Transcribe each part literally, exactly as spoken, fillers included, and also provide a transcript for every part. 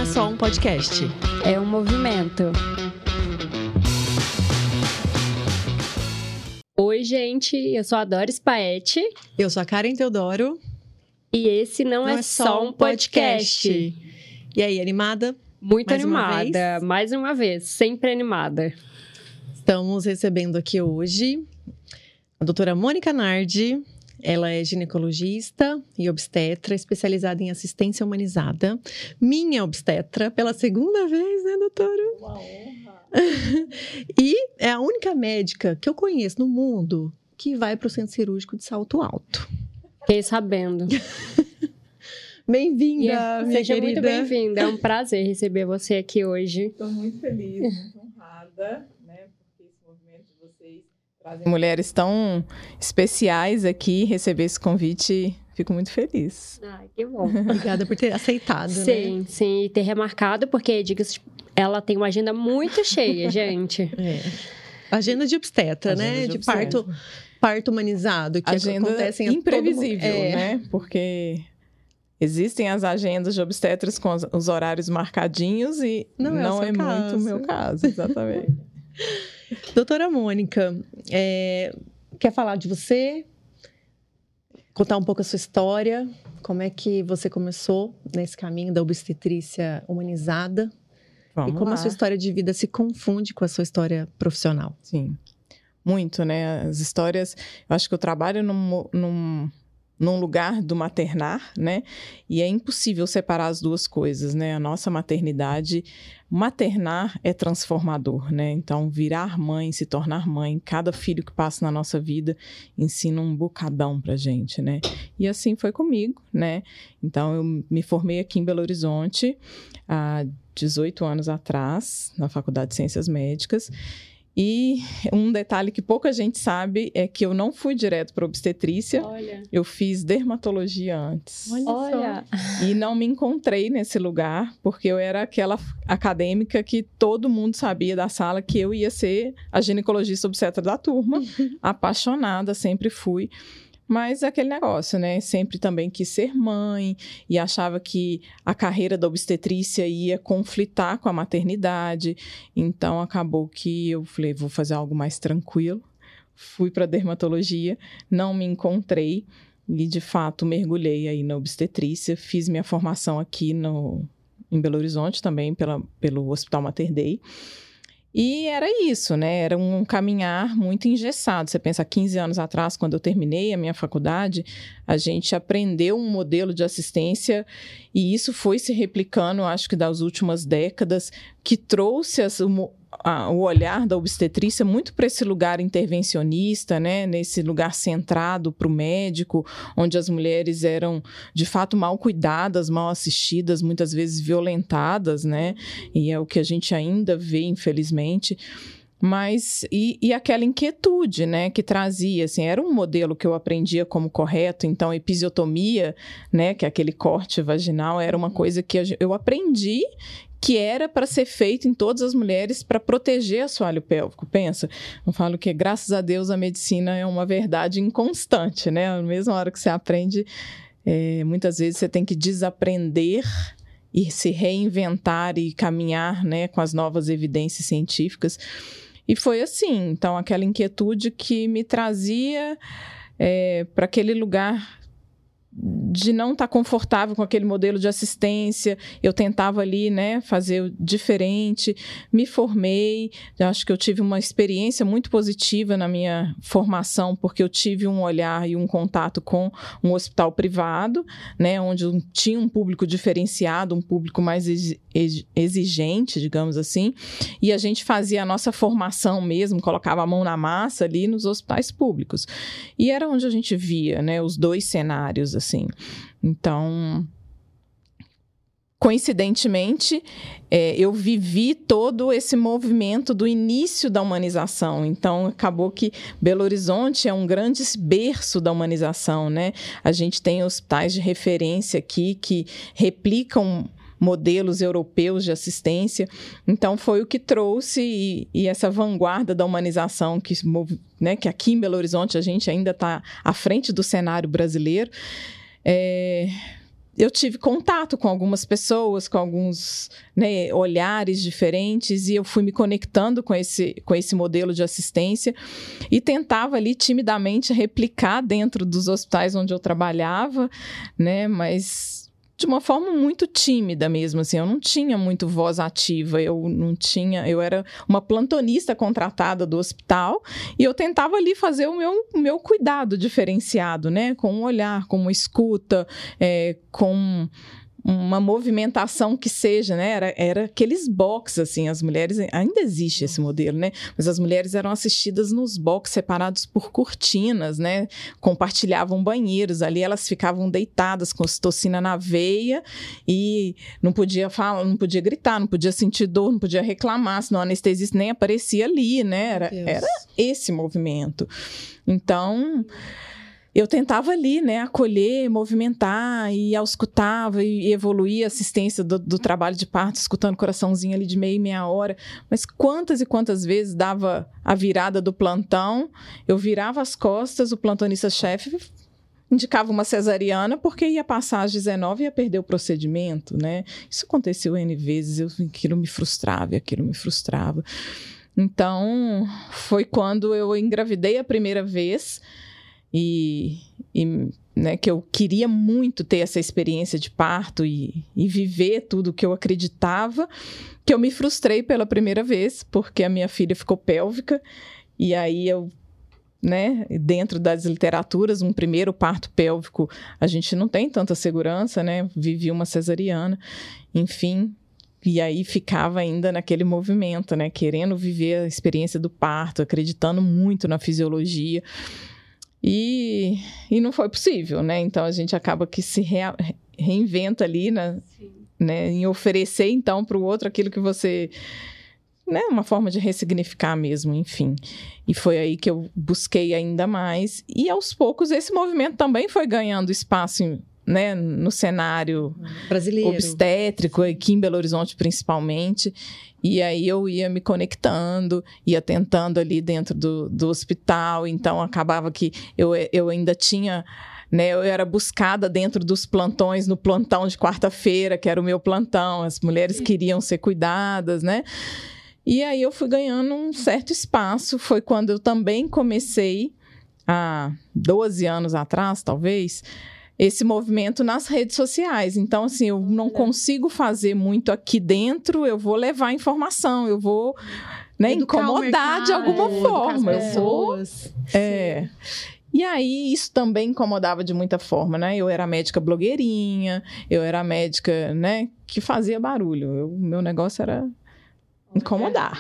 só um podcast. É um movimento. Oi, gente. Eu sou a Doris Paete. Eu sou a Karen Teodoro. E esse não, não é, é só um podcast. podcast. E aí, animada? Muito Mais animada. Uma Mais uma vez. Sempre animada. Estamos recebendo aqui hoje a doutora Mônica Nardi. Ela é ginecologista e obstetra, especializada em assistência humanizada. Minha obstetra, pela segunda vez, né, doutora? Uma honra! E é a única médica que eu conheço no mundo que vai para o centro cirúrgico de Salto Alto. Fiquei sabendo. Bem-vinda, yeah, minha seja querida. Muito bem-vinda. É um prazer receber você aqui hoje. Estou muito feliz, muito honrada, né? Porque esse movimento de vocês trazem mulheres tão especiais aqui, receber esse convite, fico muito feliz. Ai, que bom. Obrigada por ter aceitado, sim, né? Sim, e ter remarcado, porque, diga-se, ela tem uma agenda muito cheia, gente. É. Agenda de obstetra, agenda né? De, de parto, parto humanizado, que agenda acontecem imprevisível, é. né? Porque existem as agendas de obstetras com os horários marcadinhos e não, não é, é muito o meu caso, exatamente. Doutora Mônica, é, quer falar de você? Contar um pouco a sua história? Como é que você começou nesse caminho da obstetrícia humanizada? Vamos e como lá. a sua história de vida se confunde com a sua história profissional? Sim, muito, né? As histórias... Eu acho que eu trabalho num... num... num lugar do maternar, né? E é impossível separar as duas coisas, né? A nossa maternidade, maternar é transformador, né? Então, virar mãe, se tornar mãe, cada filho que passa na nossa vida ensina um bocadão pra gente, né? E assim foi comigo, né? Então, eu me formei aqui em Belo Horizonte há dezoito anos atrás, na Faculdade de Ciências Médicas. E um detalhe que pouca gente sabe é que eu não fui direto para obstetrícia. Olha. Eu fiz dermatologia antes. Olha, Olha só. E não me encontrei nesse lugar, porque eu era aquela acadêmica que todo mundo sabia da sala que eu ia ser a ginecologista obstetra da turma. Apaixonada, sempre fui. Mas aquele negócio, né? Sempre também quis ser mãe e achava que a carreira da obstetrícia ia conflitar com a maternidade. Então, acabou que eu falei, vou fazer algo mais tranquilo. Fui para dermatologia, não me encontrei e, de fato, mergulhei aí na obstetrícia. Fiz minha formação aqui no, em Belo Horizonte também, pela, pelo Hospital Mater Dei. E era isso, né? Era um caminhar muito engessado. Você pensa, quinze anos atrás, quando eu terminei a minha faculdade, a gente aprendeu um modelo de assistência e isso foi se replicando, acho que das últimas décadas, que trouxe as, o, a, o olhar da obstetrícia muito para esse lugar intervencionista, né? Nesse lugar centrado para o médico, onde as mulheres eram, de fato, mal cuidadas, mal assistidas, muitas vezes violentadas, né? E é o que a gente ainda vê, infelizmente. Mas, e, e aquela inquietude, né, que trazia, assim, era um modelo que eu aprendia como correto, então episiotomia, né, que é aquele corte vaginal, era uma coisa que eu aprendi que era para ser feito em todas as mulheres para proteger o assoalho pélvico. Pensa, eu falo que, graças a Deus, a medicina é uma verdade inconstante, né, a mesma hora que você aprende, é, muitas vezes você tem que desaprender e se reinventar e caminhar, né, com as novas evidências científicas. E foi assim, então, aquela inquietude que me trazia é, para aquele lugar de não estar confortável com aquele modelo de assistência. Eu tentava ali, né, fazer o diferente, me formei, eu acho que eu tive uma experiência muito positiva na minha formação, porque eu tive um olhar e um contato com um hospital privado, né, onde eu tinha um público diferenciado, um público mais exigente, digamos assim, e a gente fazia a nossa formação mesmo, colocava a mão na massa ali nos hospitais públicos. E era onde a gente via, né, os dois cenários, assim. Então, coincidentemente, é, eu vivi todo esse movimento do início da humanização. Então, acabou que Belo Horizonte é um grande berço da humanização, né? A gente tem hospitais de referência aqui que replicam modelos europeus de assistência. Então, foi o que trouxe e, e essa vanguarda da humanização que, né, que aqui em Belo Horizonte a gente ainda está à frente do cenário brasileiro. É, eu tive contato com algumas pessoas, com alguns, né, olhares diferentes, e eu fui me conectando com esse, com esse modelo de assistência e tentava ali timidamente replicar dentro dos hospitais onde eu trabalhava, né, mas de uma forma muito tímida mesmo, assim, eu não tinha muito voz ativa, eu não tinha, eu era uma plantonista contratada do hospital e eu tentava ali fazer o meu, o meu cuidado diferenciado, né, com um olhar, com uma escuta, é, com uma movimentação que seja, né, era, era aqueles boxes, assim, as mulheres, ainda existe esse modelo, né, mas as mulheres eram assistidas nos boxes separados por cortinas, né, compartilhavam banheiros, ali elas ficavam deitadas com ocitocina na veia e não podia falar, não podia gritar, não podia sentir dor, não podia reclamar, senão o anestesista nem aparecia ali, né, era, era esse movimento. Então, eu tentava ali, né, acolher, movimentar, e auscultava e evoluir a assistência do, do trabalho de parto, escutando o coraçãozinho ali de meia e meia hora. Mas quantas e quantas vezes dava a virada do plantão, eu virava as costas, o plantonista-chefe indicava uma cesariana porque ia passar às dezenove e ia perder o procedimento, né? Isso aconteceu N vezes, eu, aquilo me frustrava, aquilo me frustrava. Então, foi quando eu engravidei a primeira vez, E, e né, que eu queria muito ter essa experiência de parto e, e viver tudo que eu acreditava, que eu me frustrei pela primeira vez, porque a minha filha ficou pélvica, e aí eu, né, dentro das literaturas, um primeiro parto pélvico, a gente não tem tanta segurança, né, vivi uma cesariana, enfim. E aí ficava ainda naquele movimento, né, querendo viver a experiência do parto, acreditando muito na fisiologia. E, e não foi possível, né? Então, a gente acaba que se re, reinventa ali, né? Né? Em oferecer, então, para o outro aquilo que você... Né? Uma forma de ressignificar mesmo, enfim. E foi aí que eu busquei ainda mais. E, aos poucos, esse movimento também foi ganhando espaço em, né, no cenário brasileiro, obstétrico, aqui em Belo Horizonte principalmente. E aí eu ia me conectando, ia tentando ali dentro do, do hospital, então acabava que eu, eu ainda tinha, né, eu era buscada dentro dos plantões, no plantão de quarta-feira, que era o meu plantão, as mulheres queriam ser cuidadas, né? E aí eu fui ganhando um certo espaço, foi quando eu também comecei, há doze anos atrás, talvez, esse movimento nas redes sociais. Então, assim, eu não consigo fazer muito aqui dentro, eu vou levar informação, eu vou, né, incomodar mercado, de alguma é, forma. Eu vou, é. E aí, isso também incomodava de muita forma, né? Eu era médica blogueirinha, eu era médica, né, que fazia barulho. O meu negócio era incomodar.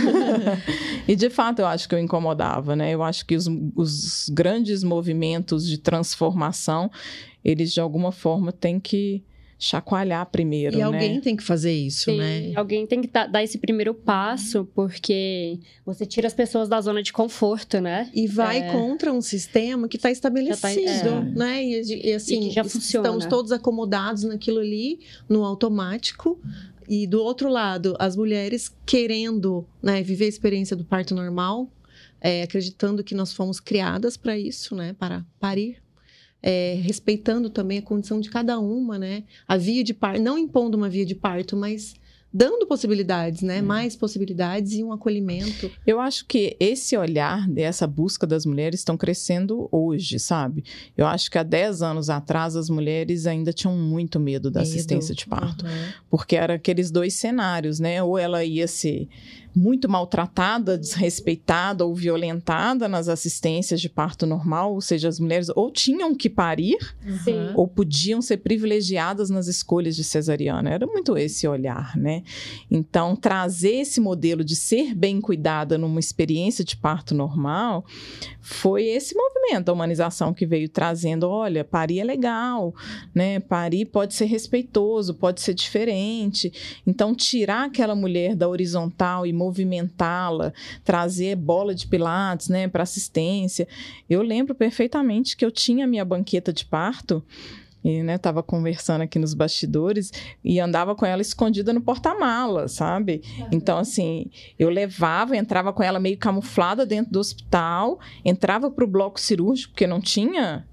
E, de fato, eu acho que eu incomodava, né? Eu acho que os, os grandes movimentos de transformação, eles, de alguma forma, têm que chacoalhar primeiro, e né? E alguém tem que fazer isso, Sim, né? Alguém tem que dar esse primeiro passo, porque você tira as pessoas da zona de conforto, né? E vai é... contra um sistema que está estabelecido, tá, é... né? E, e assim, e já funciona. Estamos todos acomodados naquilo ali, no automático. E do outro lado, as mulheres querendo, né, viver a experiência do parto normal, é, acreditando que nós fomos criadas para isso, né? Para parir. É, respeitando também a condição de cada uma, né? A via de parto, não impondo uma via de parto, mas dando possibilidades, né? Hum. Mais possibilidades e um acolhimento. Eu acho que esse olhar dessa busca das mulheres estão crescendo hoje, sabe? Eu acho que há dez anos atrás as mulheres ainda tinham muito medo da medo. assistência de parto. Uhum. Porque eram aqueles dois cenários, né? Ou ela ia ser muito maltratada, desrespeitada ou violentada nas assistências de parto normal, ou seja, as mulheres ou tinham que parir, uhum. ou podiam ser privilegiadas nas escolhas de cesariana. Era muito esse olhar, né? Então, trazer esse modelo de ser bem cuidada numa experiência de parto normal foi esse movimento, a humanização que veio trazendo, olha, parir é legal, né? Parir pode ser respeitoso, pode ser diferente. Então, tirar aquela mulher da horizontal e movimentá-la, trazer bola de pilates, né, para assistência. Eu lembro perfeitamente que eu tinha minha banqueta de parto e, né, tava conversando aqui nos bastidores e andava com ela escondida no porta-mala, sabe? Uhum. Então, assim, eu levava, entrava com ela meio camuflada dentro do hospital, entrava pro bloco cirúrgico, porque não tinha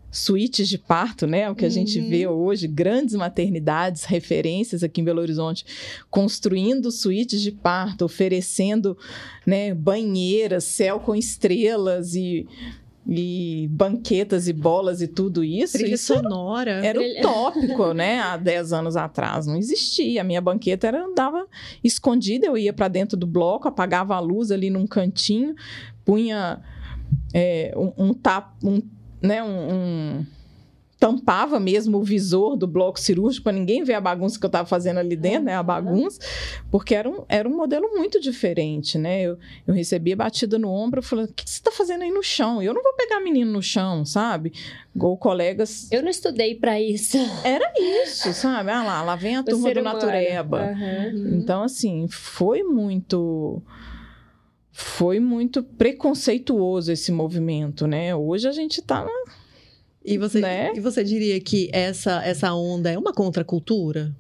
suítes de parto, né? O que a uhum. gente vê hoje, grandes maternidades, referências aqui em Belo Horizonte, construindo suítes de parto, oferecendo, né, banheiras, céu com estrelas e, e banquetas e bolas e tudo isso. Trilha isso sonora. Era, era utópico, né? Há dez anos atrás. Não existia. A minha banqueta era, andava escondida, eu ia para dentro do bloco, apagava a luz ali num cantinho, punha é, um, um tap... Um, né, um, um, tampava mesmo o visor do bloco cirúrgico para ninguém ver a bagunça que eu estava fazendo ali dentro, né, a bagunça, porque era um, era um modelo muito diferente, né, eu, eu recebia batida no ombro, eu falei, o que você está fazendo aí no chão? Eu não vou pegar menino no chão, sabe? Ou colegas... Eu não estudei para isso. Era isso, sabe? Ah lá, lá vem a turma do Natureba. Uhum. Então, assim, foi muito... Foi muito preconceituoso esse movimento, né? Hoje a gente tá... E você, né? e você diria que essa, essa onda é uma contracultura?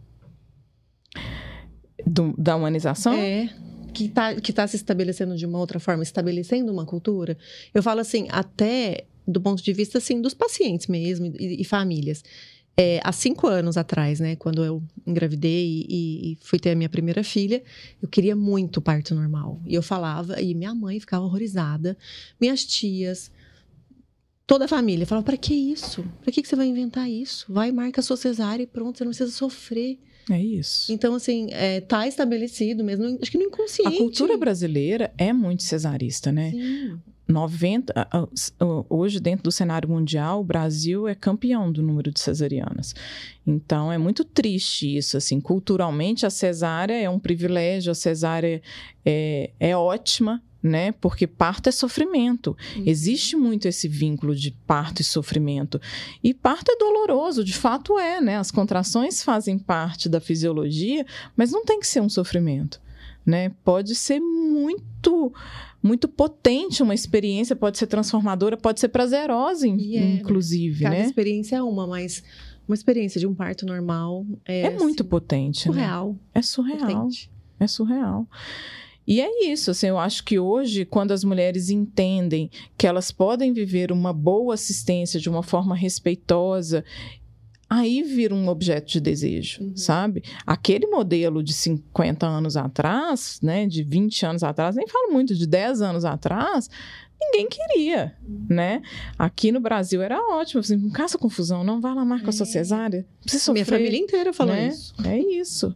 Do, da humanização? É, que tá, que tá se estabelecendo de uma outra forma, estabelecendo uma cultura. Eu falo assim, até do ponto de vista, assim, dos pacientes mesmo e, e famílias. É, há cinco anos atrás, né, quando eu engravidei e, e fui ter a minha primeira filha, eu queria muito parto normal. E eu falava, e minha mãe ficava horrorizada, minhas tias, toda a família falava, para que isso? Para que, que você vai inventar isso? Vai, marca a sua cesárea e pronto, você não precisa sofrer. É isso. Então, assim, é, tá estabelecido mesmo, acho que no inconsciente. A cultura brasileira é muito cesarista, né? Sim. noventa, hoje, dentro do cenário mundial, o Brasil é campeão do número de cesarianas. Então, é muito triste isso, assim. Culturalmente, a cesárea é um privilégio, a cesárea é, é ótima, né? Porque parto é sofrimento. Uhum. Existe muito esse vínculo de parto e sofrimento. E parto é doloroso, de fato é, né? As contrações fazem parte da fisiologia, mas não tem que ser um sofrimento, né? Pode ser muito... muito potente uma experiência, pode ser transformadora, pode ser prazerosa, yeah, inclusive, cada né? Cada experiência é uma, mas uma experiência de um parto normal é... É muito assim, potente, surreal. Né? É surreal. Potente. É surreal. E é isso, assim, eu acho que hoje, quando as mulheres entendem que elas podem viver uma boa assistência de uma forma respeitosa, aí vira um objeto de desejo, uhum. sabe? Aquele modelo de cinquenta anos atrás, né, de vinte anos atrás, nem falo muito, de dez anos atrás, ninguém queria, uhum. né? Aqui no Brasil era ótimo, assim, não caça confusão, não, vai lá, marca é. a sua cesárea, não precisa sofrer. Minha família inteira falou né? isso. É isso.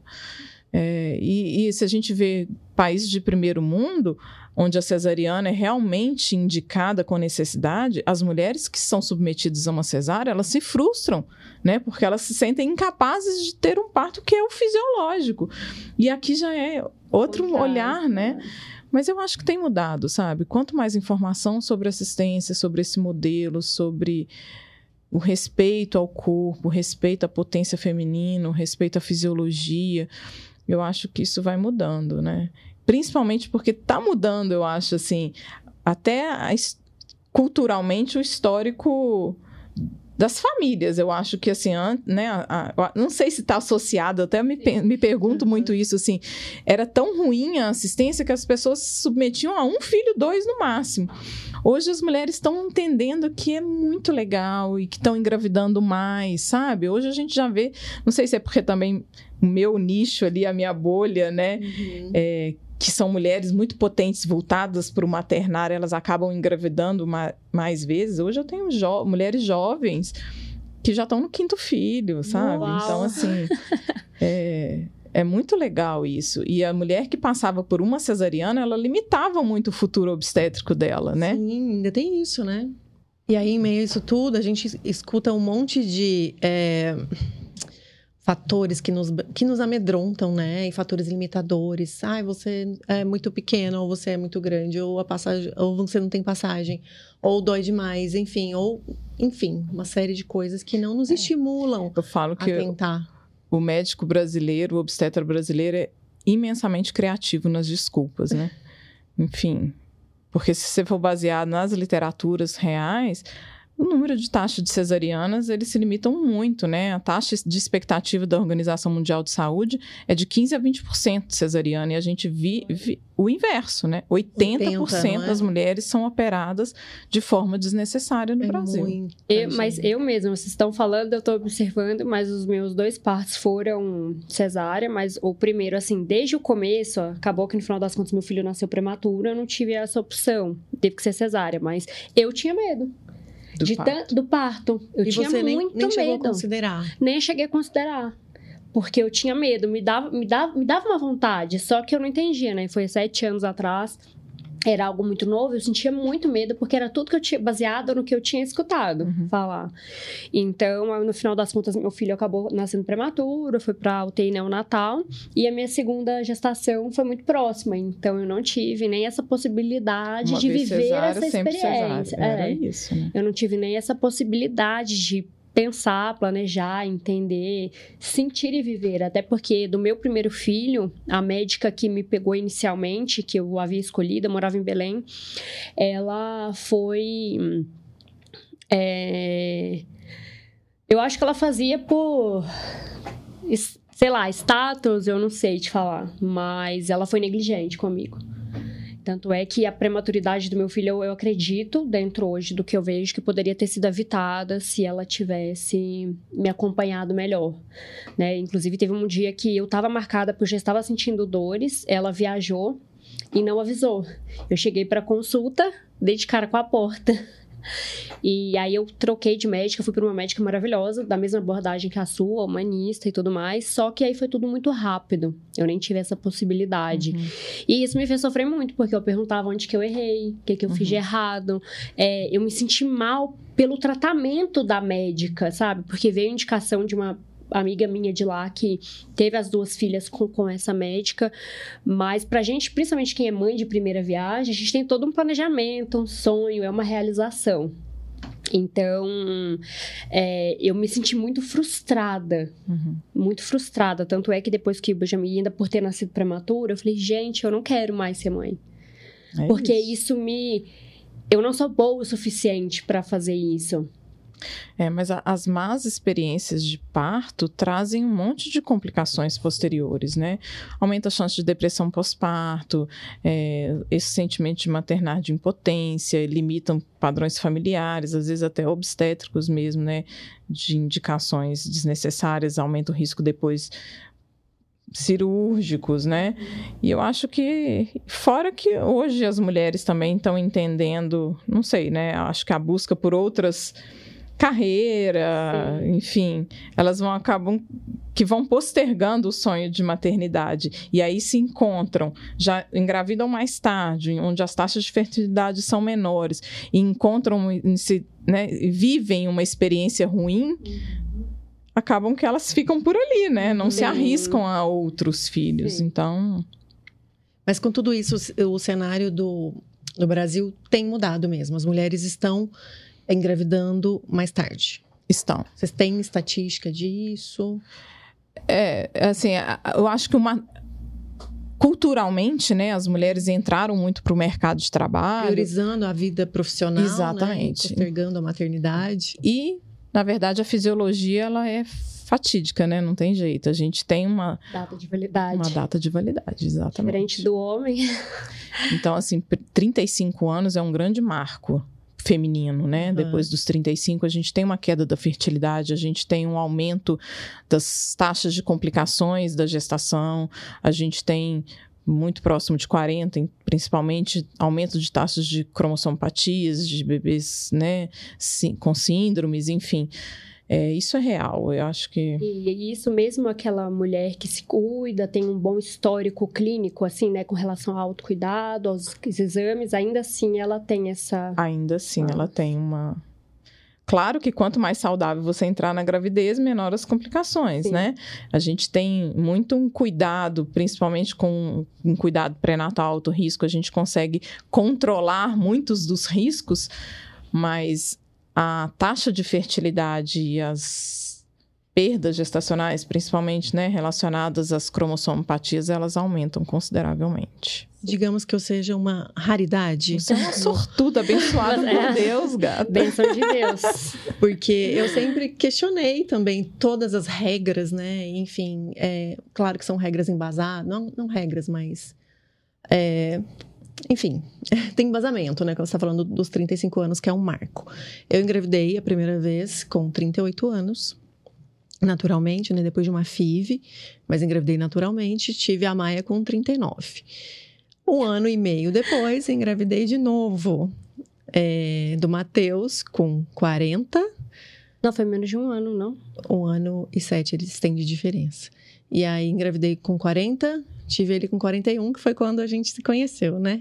É, e, e se a gente vê países de primeiro mundo, onde a cesariana é realmente indicada com necessidade, as mulheres que são submetidas a uma cesárea, elas se frustram, né? Porque elas se sentem incapazes de ter um parto que é o fisiológico. E aqui já é outro olhar, olhar né? Mas eu acho que tem mudado, sabe? Quanto mais informação sobre assistência, sobre esse modelo, sobre o respeito ao corpo, o respeito à potência feminina, o respeito à fisiologia, eu acho que isso vai mudando, né? Principalmente porque está mudando, eu acho, assim, até a, culturalmente o histórico das famílias. Eu acho que, assim, né, a, a, não sei se está associado, eu até me, me pergunto muito isso, assim, era tão ruim a assistência que as pessoas se submetiam a um filho, dois no máximo. Hoje as mulheres estão entendendo que é muito legal e que estão engravidando mais, sabe? Hoje a gente já vê, não sei se é porque também o meu nicho ali, a minha bolha, né, uhum. é, que são mulheres muito potentes, voltadas para o maternário, elas acabam engravidando ma- mais vezes. Hoje eu tenho jo- mulheres jovens que já estão no quinto filho, sabe? Uau. Então, assim, é, é muito legal isso. E a mulher que passava por uma cesariana, ela limitava muito o futuro obstétrico dela, né? Sim, ainda tem isso, né? E aí, em meio a isso tudo, a gente escuta um monte de... É... fatores que nos, que nos amedrontam, né? E fatores limitadores. Ai, você é muito pequeno, ou você é muito grande, ou a passagem, ou você não tem passagem, ou dói demais, enfim, ou enfim, uma série de coisas que não nos é. estimulam Eu falo que a tentar. O médico brasileiro, o obstetra brasileiro é imensamente criativo nas desculpas, né? Enfim, porque se você for baseado nas literaturas reais, o número de taxas de cesarianas, eles se limitam muito, né? A taxa de expectativa da Organização Mundial de Saúde é de quinze a vinte por cento de cesariana, e a gente vive o inverso, né? oitenta por cento oitenta, não é? das mulheres são operadas de forma desnecessária no É Brasil. muito, Eu, mas gente. eu mesma, vocês estão falando, eu estou observando, mas os meus dois partos foram cesárea, mas o primeiro, assim, desde o começo, ó, acabou que no final das contas meu filho nasceu prematuro, eu não tive essa opção, teve que ser cesárea, mas eu tinha medo. Do de parto. tan- do parto. Eu E tinha você nem, muito nem chegou a medo. considerar. Nem cheguei a considerar. Porque eu tinha medo, me dava, me, dava, me dava uma vontade, só que eu não entendia, né? Foi sete anos atrás, era algo muito novo, eu sentia muito medo, porque era tudo que eu tinha, baseado no que eu tinha escutado Uhum. falar. Então, no final das contas, meu filho acabou nascendo prematuro, foi pra U T I neonatal, e a minha segunda gestação foi muito próxima, então eu não tive nem essa possibilidade Uma de vez viver cesárea, essa sempre experiência. cesárea. Era É. isso, né? Eu não tive nem essa possibilidade de pensar, planejar, entender, sentir e viver. Até porque do meu primeiro filho, a médica que me pegou inicialmente, que eu havia escolhido, eu morava em Belém, ela foi... é, eu acho que ela fazia por... es- sei lá, status, eu não sei te falar. Mas ela foi negligente comigo. Tanto é que a prematuridade do meu filho, eu, eu acredito, dentro hoje do que eu vejo, que poderia ter sido evitada se ela tivesse me acompanhado melhor, né? Inclusive, teve um dia que eu estava marcada porque eu já estava sentindo dores, ela viajou e não avisou. Eu cheguei para consulta, dei de cara com a porta. E aí eu troquei de médica, fui para uma médica maravilhosa, da mesma abordagem que a sua, humanista e tudo mais, só que aí foi tudo muito rápido, eu nem tive essa possibilidade. Uhum. E isso me fez sofrer muito, porque eu perguntava onde que eu errei, o que que eu Uhum. fiz de errado, é, eu me senti mal pelo tratamento da médica, sabe? Porque veio indicação de uma amiga minha de lá que teve as duas filhas com, com essa médica, mas pra gente, principalmente quem é mãe de primeira viagem, a gente tem todo um planejamento, um sonho, é uma realização. Então, é, eu me senti muito frustrada, Uhum. muito frustrada, tanto é que depois que o Benjamin, ainda por ter nascido prematuro, eu falei, gente, eu não quero mais ser mãe, É porque isso. isso me... eu não sou boa o suficiente pra fazer isso. É, mas a, as más experiências de parto trazem um monte de complicações posteriores, né? Aumenta a chance de depressão pós-parto, é, esse sentimento de maternar de impotência, limitam padrões familiares, às vezes até obstétricos mesmo, né? De indicações desnecessárias, aumenta o risco depois cirúrgicos, né? E eu acho que, fora que hoje as mulheres também estão entendendo, não sei, né? Acho que a busca por outras... carreira, Sim. enfim, elas vão acabam que vão postergando o sonho de maternidade e aí se encontram, já engravidam mais tarde, onde as taxas de fertilidade são menores e encontram, se, né, vivem uma experiência ruim, acabam que elas ficam por ali, né? Não se Sim. arriscam a outros filhos, Sim. então... Mas com tudo isso, o, o cenário do, do Brasil tem mudado mesmo. As mulheres estão engravidando mais tarde. Estão. Vocês têm estatística disso? É, assim, eu acho que uma... culturalmente, né, as mulheres entraram muito para o mercado de trabalho. Priorizando a vida profissional, Exatamente. né? Postergando a maternidade. E, na verdade, a fisiologia, ela é fatídica, né? Não tem jeito. A gente tem uma, Data de validade. uma data de validade, exatamente. Diferente do homem. Então, assim, trinta e cinco anos é um grande marco feminino, né? Uhum. Depois dos trinta e cinco, a gente tem uma queda da fertilidade, a gente tem um aumento das taxas de complicações da gestação, a gente tem muito próximo de quarenta, principalmente aumento de taxas de cromossomopatias, de bebês, né, com síndromes, enfim. É, isso é real, eu acho que... E isso mesmo, aquela mulher que se cuida, tem um bom histórico clínico, assim, né, com relação ao autocuidado, aos exames, ainda assim ela tem essa... Ainda assim, Ah. ela tem uma... Claro que quanto mais saudável você entrar na gravidez, menor as complicações, Sim. né? A gente tem muito um cuidado, principalmente com um cuidado pré-natal alto risco, a gente consegue controlar muitos dos riscos, mas a taxa de fertilidade e as perdas gestacionais, principalmente, né, relacionadas às cromossomopatias, elas aumentam consideravelmente. Digamos que eu seja uma raridade. Você é uma sortuda, abençoada É. por Deus, gata. Bênção de Deus. Porque eu sempre questionei também todas as regras, né? Enfim, é, claro que são regras embasadas, não, não regras, mas... É, enfim, tem embasamento, né? Quando você está falando dos trinta e cinco anos, que é um marco. Eu engravidei a primeira vez com trinta e oito anos, naturalmente, né? Depois de uma F I V, mas engravidei naturalmente. Tive a Maia com trinta e nove. Um ano e meio depois, engravidei de novo, é, do Matheus com quarenta. Não, foi menos de um ano, não? Um ano e sete, eles têm de diferença. E aí, engravidei com quarenta, tive ele com quarenta e um, que foi quando a gente se conheceu, né?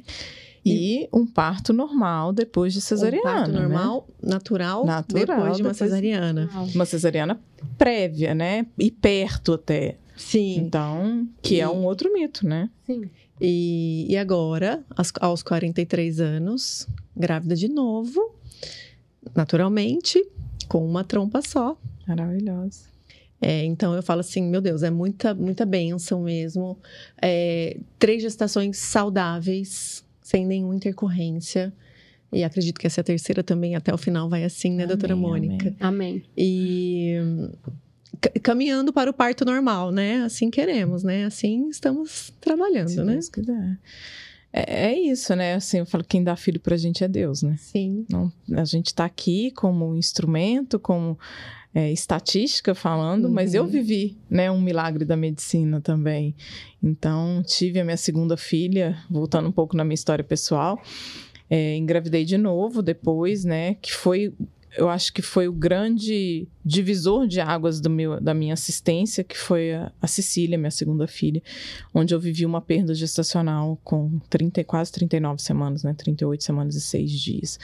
E um parto normal depois de cesariana, Um parto né? normal, natural, Natural, depois de uma depois- cesariana. Não. Uma cesariana prévia, né? E perto até. Sim. Então, que é E- um outro mito, né? Sim. E, e agora, aos, aos quarenta e três anos, grávida de novo, naturalmente, com uma trompa só. Maravilhosa. É, então, eu falo assim, meu Deus, é muita, muita bênção mesmo. É, três gestações saudáveis, sem nenhuma intercorrência. E acredito que essa é a terceira também, até o final vai assim, né, Amém, doutora Mônica? amém. Amém. E ca- caminhando para o parto normal, né? Assim queremos, né? Assim estamos trabalhando, Se né? Deus quiser. É, é isso, né? Assim, eu falo, quem dá filho pra gente é Deus, né? Sim. Não, a gente tá aqui como instrumento, como é, estatística falando, Uhum. mas eu vivi, né, um milagre da medicina também. Então, tive a minha segunda filha, voltando um pouco na minha história pessoal, é, engravidei de novo depois, né, que foi, eu acho que foi o grande divisor de águas do meu, da minha assistência, que foi a, a Cecília, minha segunda filha, onde eu vivi uma perda gestacional com trinta, quase trinta e nove semanas, né, trinta e oito semanas e seis dias.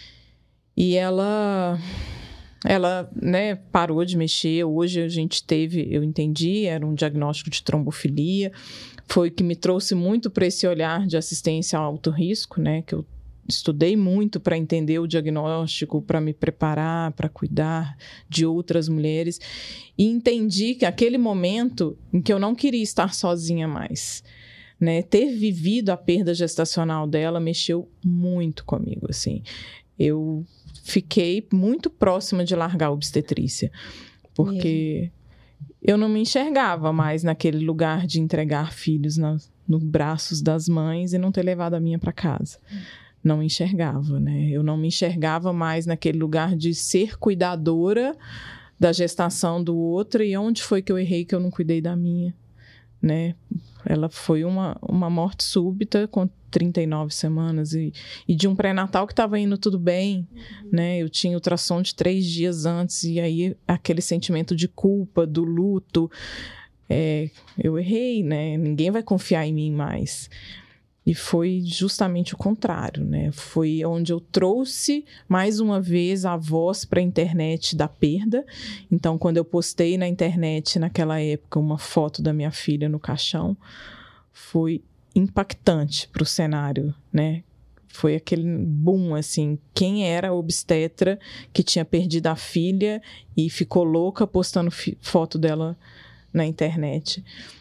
E ela... Ela, né, parou de mexer. Hoje a gente teve, eu entendi, era um diagnóstico de trombofilia. Foi o que me trouxe muito para esse olhar de assistência ao alto risco, né, que eu estudei muito para entender o diagnóstico, para me preparar, para cuidar de outras mulheres. E entendi que aquele momento em que eu não queria estar sozinha mais, né, ter vivido a perda gestacional dela mexeu muito comigo, assim. Eu fiquei muito próxima de largar a obstetrícia, porque eu não me enxergava mais naquele lugar de entregar filhos nos no braços das mães e não ter levado a minha para casa. Não me enxergava, né? Eu não me enxergava mais naquele lugar de ser cuidadora da gestação do outro. E onde foi que eu errei que eu não cuidei da minha, né? Ela foi uma, uma morte súbita com trinta e nove semanas e, e de um pré-natal que estava indo tudo bem, uhum. né? Eu tinha ultrassom de três dias antes e aí aquele sentimento de culpa, do luto, é, eu errei, né? Ninguém vai confiar em mim mais. E foi justamente o contrário, né? Foi onde eu trouxe mais uma vez a voz para a internet da perda. Então, quando eu postei na internet naquela época uma foto da minha filha no caixão, foi impactante para o cenário, né? Foi aquele boom, assim, quem era a obstetra que tinha perdido a filha e ficou louca postando foto dela na internet.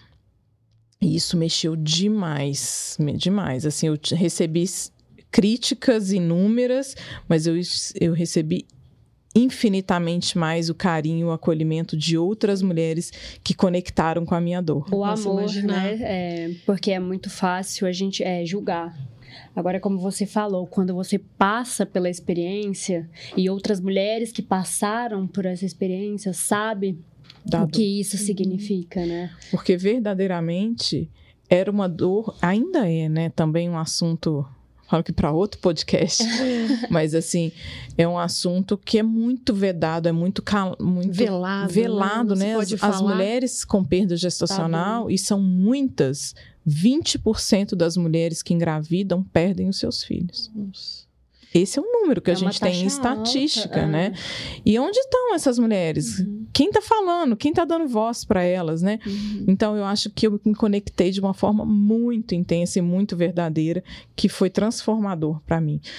E isso mexeu demais, demais. Assim, eu recebi críticas inúmeras, mas eu, eu recebi infinitamente mais o carinho, o acolhimento de outras mulheres que conectaram com a minha dor. O amor, né? É, porque é muito fácil a gente é, julgar. Agora, como você falou, quando você passa pela experiência e outras mulheres que passaram por essa experiência sabem Dado. o que isso significa, né? Porque verdadeiramente era uma dor, ainda é, né? Também um assunto, falo que para outro podcast, mas assim, é um assunto que é muito vedado, é muito, cal, muito velado, velado, né? né? As, as mulheres com perda gestacional, tá, e são muitas, vinte por cento das mulheres que engravidam perdem os seus filhos. Nossa. Esse é um número que é a gente tem em estatística, alta, né? É. E onde estão essas mulheres? Uhum. Quem está falando? Quem está dando voz para elas, né? Uhum. Então, eu acho que eu me conectei de uma forma muito intensa e muito verdadeira, que foi transformador para mim.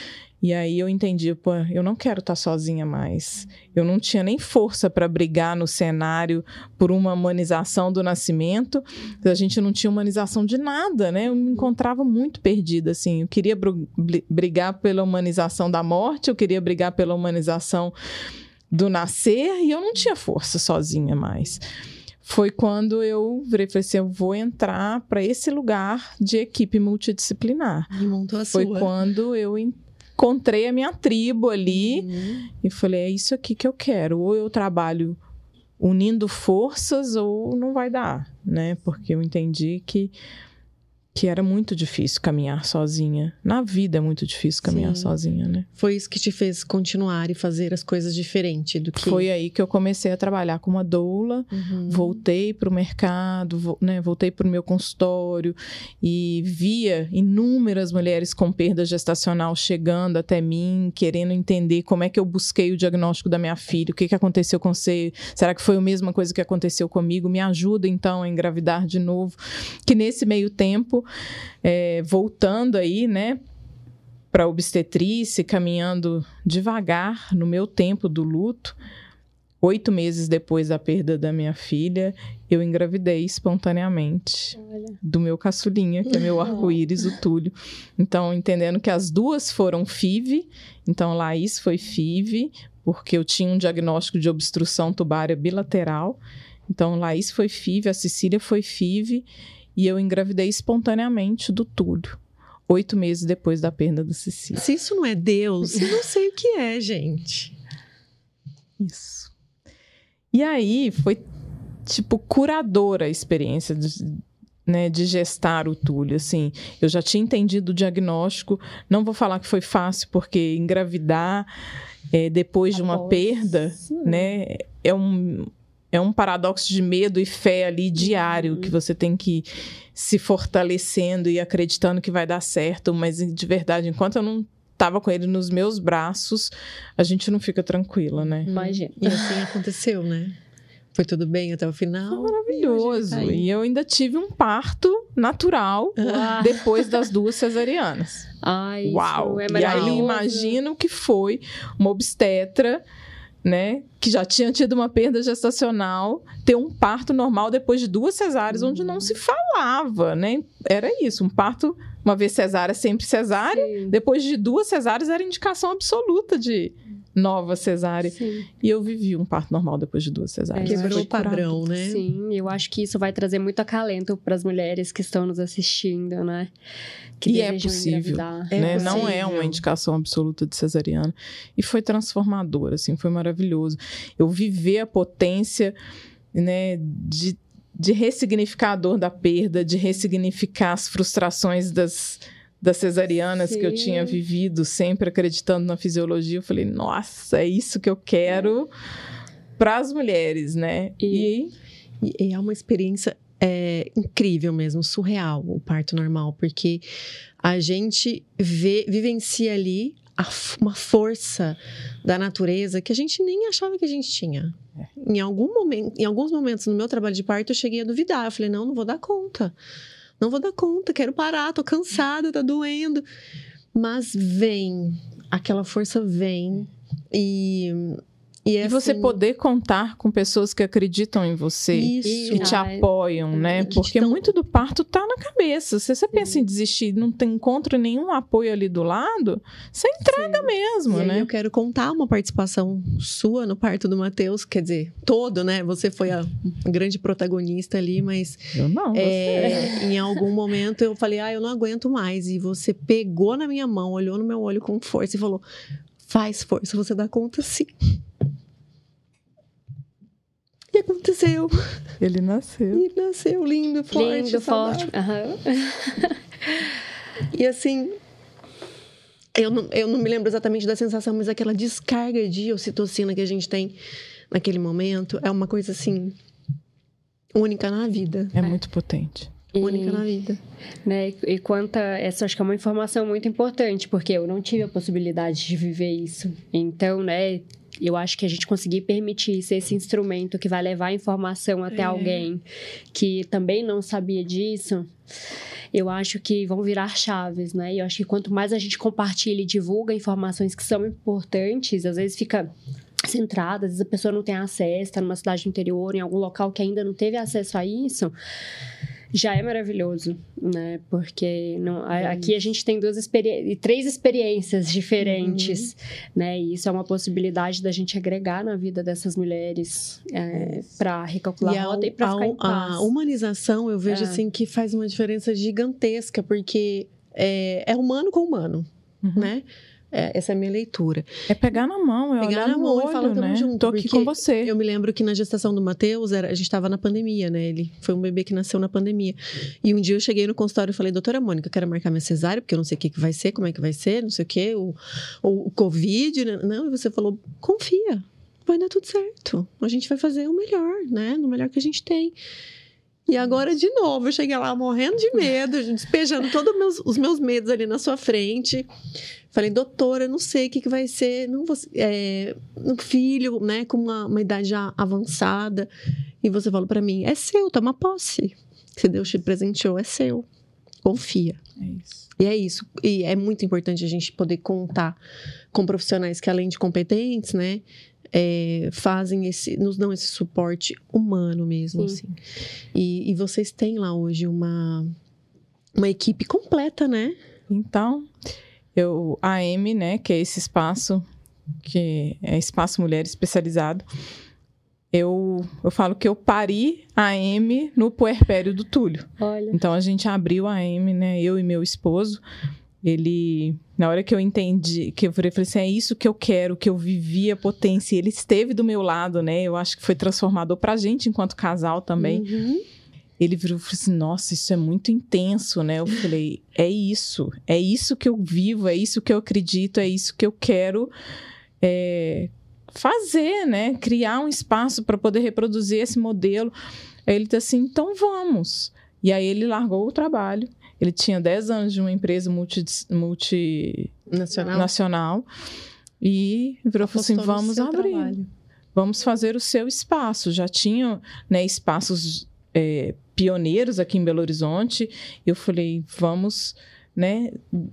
E aí eu entendi, pô, eu não quero estar sozinha mais. Eu não tinha nem força para brigar no cenário por uma humanização do nascimento. A gente não tinha humanização de nada, né? Eu me encontrava muito perdida, assim. Eu queria br- brigar pela humanização da morte, eu queria brigar pela humanização do nascer, e eu não tinha força sozinha mais. Foi quando eu virei e falei assim, eu vou entrar para esse lugar de equipe multidisciplinar. E montou a Foi sua. quando eu encontrei a minha tribo ali Uhum. e falei, é isso aqui que eu quero. Ou eu trabalho unindo forças ou não vai dar, né? Porque eu entendi que, que era muito difícil caminhar sozinha. Na vida é muito difícil caminhar Sim. sozinha, né? Foi isso que te fez continuar e fazer as coisas diferente do que... Foi aí que eu comecei a trabalhar como a doula. Uhum. Voltei para o mercado, vo- né, voltei para o meu consultório e via inúmeras mulheres com perda gestacional chegando até mim, querendo entender como é que eu busquei o diagnóstico da minha filha, o que, que aconteceu com você, será que foi a mesma coisa que aconteceu comigo? Me ajuda então a engravidar de novo. Que nesse meio tempo, é, voltando aí, né, para a obstetrícia, caminhando devagar no meu tempo do luto, oito meses depois da perda da minha filha, eu engravidei espontaneamente Olha. do meu caçulinha, que é meu arco-íris, o Túlio. Então, entendendo que as duas foram F I V, então Laís foi F I V, porque eu tinha um diagnóstico de obstrução tubária bilateral. Então, Laís foi F I V, a Cecília foi F I V, e eu engravidei espontaneamente do Túlio, oito meses depois da perda da Cecília. Se isso não é Deus, eu não sei o que é, gente. Isso. E aí foi, tipo, curadora a experiência de, né, de gestar o Túlio, assim. Eu já tinha entendido o diagnóstico, não vou falar que foi fácil, porque engravidar é, depois de uma Após. perda, né, é um... É um paradoxo de medo e fé ali diário, Uhum. que você tem que ir se fortalecendo e acreditando que vai dar certo, mas de verdade, enquanto eu não estava com ele nos meus braços, a gente não fica tranquila, né? Imagina. E assim aconteceu, né? Foi tudo bem até o final. Foi maravilhoso. E hoje ele tá aí. E eu ainda tive um parto natural Uau. depois das duas cesarianas. Ai, Uau! isso é E aí maravilhoso. imagina o que foi uma obstetra, né, que já tinha tido uma perda gestacional, ter um parto normal depois de duas cesáreas, Uhum. onde não se falava, né? Era isso, um parto, uma vez cesárea, sempre cesárea. Sim. Depois de duas cesáreas, era indicação absoluta de nova cesárea. Sim. E eu vivi um parto normal depois de duas cesáreas. É, Quebrou Foi o padrão, curador. né? Sim, eu acho que isso vai trazer muito acalento para as mulheres que estão nos assistindo, né? Que E é desejam possível. engravidar. É Né? Não é possível. uma indicação absoluta de cesariana. E foi transformador, assim, foi maravilhoso. Eu viver a potência, né, de, de ressignificar a dor da perda, de ressignificar as frustrações das, das cesarianas que eu Sim. tinha vivido, sempre acreditando na fisiologia. Eu falei, nossa, é isso que eu quero para as mulheres, né? E- E, E, e é uma experiência é, incrível mesmo, surreal, o parto normal, porque a gente vê, vivencia ali a f- uma força da natureza que a gente nem achava que a gente tinha. Em, algum momento, em alguns momentos no meu trabalho de parto, eu cheguei a duvidar. Eu falei, não, não vou dar conta. Não vou dar conta, quero parar, tô cansada, tá doendo. Mas vem, aquela força vem. E, e, é e você assim, poder contar com pessoas que acreditam em você. Isso. Que te Ai, apoiam, né? que te Porque dão- muito do parto tá na cabeça. Se você pensa em desistir, não tem encontra nenhum apoio ali do lado, você entrega mesmo, E aí né? eu quero contar uma participação sua no parto do Matheus, quer dizer, todo, né? Você foi a grande protagonista ali, mas Eu não, você. é, em algum momento eu falei, ah, eu não aguento mais. E você pegou na minha mão, olhou no meu olho com força e falou, faz força, você dá conta sim. E aconteceu. Ele nasceu. E nasceu lindo, forte, Lindo, saudável. forte. Aham. E assim, eu não, eu não me lembro exatamente da sensação, mas aquela descarga de ocitocina que a gente tem naquele momento é uma coisa assim, única na vida. É muito potente. Única na vida. Né? E, e quanto a, essa acho que é uma informação muito importante, porque eu não tive a possibilidade de viver isso. Então, né, eu acho que a gente conseguir permitir ser esse instrumento que vai levar a informação até É. alguém que também não sabia disso, eu acho que vão virar chaves, né? E eu acho que quanto mais a gente compartilha e divulga informações que são importantes, às vezes fica centrada, às vezes a pessoa não tem acesso, está numa cidade do interior, em algum local que ainda não teve acesso a isso, já é maravilhoso, né? Porque não, a, aqui a gente tem duas experiências, três experiências diferentes, uhum. né? E isso é uma possibilidade da gente agregar na vida dessas mulheres é, para recalcular a rota e para ficar em paz. A humanização, eu vejo é. assim que faz uma diferença gigantesca, porque é, é humano com humano, uhum. né? É, essa é a minha leitura. É pegar na mão, é pegar olhar na mão olho, e falar, né? Junto. Tô aqui com você. Eu me lembro que na gestação do Matheus, era, a gente estava na pandemia, né? Ele foi um bebê que nasceu na pandemia. E um dia eu cheguei no consultório e falei, doutora Mônica, eu quero marcar minha cesárea, porque eu não sei o que, que vai ser, como é que vai ser, não sei o quê, o, o, o Covid, né? Não, e você falou, confia, vai dar tudo certo. A gente vai fazer o melhor, né? No melhor que a gente tem. E agora, de novo, eu cheguei lá morrendo de medo, despejando todos meus, os meus medos ali na sua frente. Falei, doutora, eu não sei o que, que vai ser. Não, você, é, um filho, né, com uma, uma idade já avançada. E você falou para mim, é seu, toma posse. Se Deus te presenteou, é seu. Confia. É isso. E é isso. E é muito importante a gente poder contar com profissionais que, além de competentes, né, É, fazem esse, nos dão esse suporte humano mesmo, assim. E, e vocês têm lá hoje uma, uma equipe completa, né? Então, eu, a AME, né, que é esse espaço, que é Espaço Mulher Especializado, eu, eu falo que eu pari a AME no puerpério do Túlio. Olha. Então, a gente abriu a AME, né, eu e meu esposo. Ele, na hora que eu entendi, que eu falei assim, é isso que eu quero, que eu vivi a potência. Ele esteve do meu lado, né? Eu acho que foi transformador pra gente enquanto casal também. Uhum. Ele virou e falou assim, nossa, isso é muito intenso, né? Eu falei, é isso, é isso que eu vivo, é isso que eu acredito, é isso que eu quero é, fazer, né? Criar um espaço para poder reproduzir esse modelo. Aí ele disse assim, então vamos. E aí ele largou o trabalho. Ele tinha dez anos de uma empresa multi, multinacional nacional, e virou e falou assim, vamos abrir, trabalho. Vamos fazer o seu espaço. Já tinham, né, espaços é, pioneiros aqui em Belo Horizonte. Eu falei, vamos, né,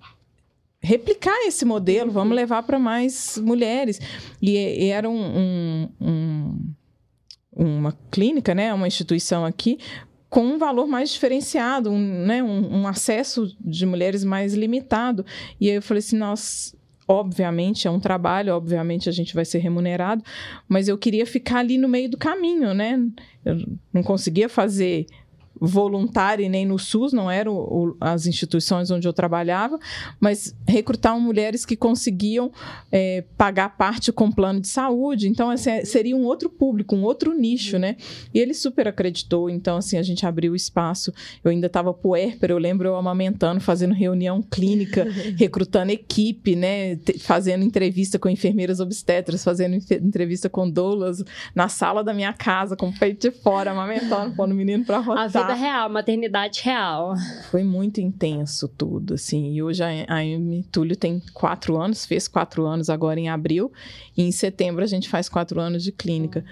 replicar esse modelo, vamos levar para mais mulheres. E, e era um, um, um, uma clínica, né, uma instituição aqui, com um valor mais diferenciado, um, né, um, um acesso de mulheres mais limitado. E aí eu falei assim, nós, obviamente, é um trabalho, obviamente a gente vai ser remunerado, mas eu queria ficar ali no meio do caminho, né? Eu não conseguia fazer voluntária e nem no SUS, não eram o, as instituições onde eu trabalhava, mas recrutavam mulheres que conseguiam é, pagar parte com plano de saúde. Então, assim, seria um outro público, um outro nicho, né? E ele super acreditou. Então, assim, a gente abriu o espaço. Eu ainda estava puérpera, eu lembro eu amamentando, fazendo reunião clínica, recrutando equipe, né? Fazendo entrevista com enfermeiras obstetras, fazendo entrevista com doulas na sala da minha casa, com o peito de fora, amamentando, pondo o menino para rotar. A vida real, maternidade real. Foi muito intenso tudo, assim. E hoje a AME Túlio tem quatro anos, fez quatro anos agora em abril. E em setembro a gente faz quatro anos de clínica.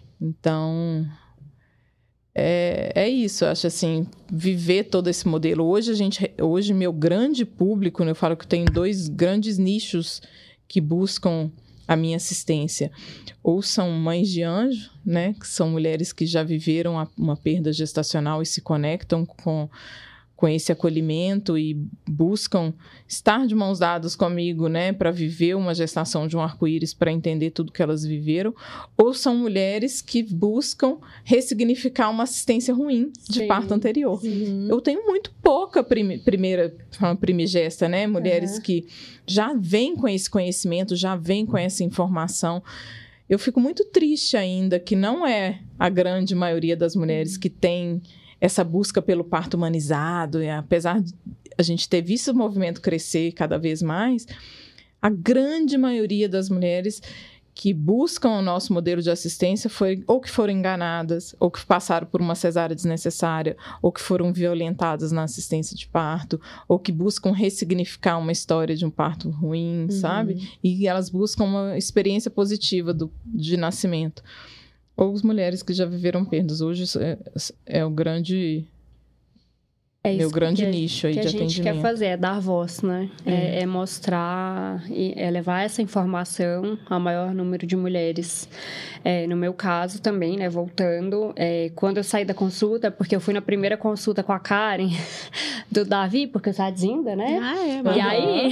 Então, é, é isso. Eu acho assim, viver todo esse modelo. Hoje, a gente, hoje meu grande público, né, eu falo que eu tenho dois grandes nichos que buscam a minha assistência. Ou são mães de anjo, né, que são mulheres que já viveram a, uma perda gestacional e se conectam com, com esse acolhimento e buscam estar de mãos dadas comigo, né, para viver uma gestação de um arco-íris, para entender tudo que elas viveram. Ou são mulheres que buscam ressignificar uma assistência ruim de Sim. parto anterior. Sim. Eu tenho muito pouca prim, primeira primigesta, né, mulheres uhum. que já vêm com esse conhecimento, já vêm com essa informação. Eu fico muito triste ainda que não é a grande maioria das mulheres que tem essa busca pelo parto humanizado, e apesar de a gente ter visto o movimento crescer cada vez mais, a grande maioria das mulheres que buscam o nosso modelo de assistência foi ou que foram enganadas, ou que passaram por uma cesárea desnecessária, ou que foram violentadas na assistência de parto, ou que buscam ressignificar uma história de um parto ruim, uhum. sabe? E elas buscam uma experiência positiva do, de nascimento. Ou as mulheres que já viveram perdas. Hoje é, é o grande... É Meu isso grande que, nicho aí que de a gente atendimento. quer fazer, é dar voz, né? É. É, é mostrar, é levar essa informação ao maior número de mulheres. É, no meu caso também, né? Voltando, é, quando eu saí da consulta, porque eu fui na primeira consulta com a Karen, do Davi, porque eu sou Zinda, né? Ah, é, E mas... aí,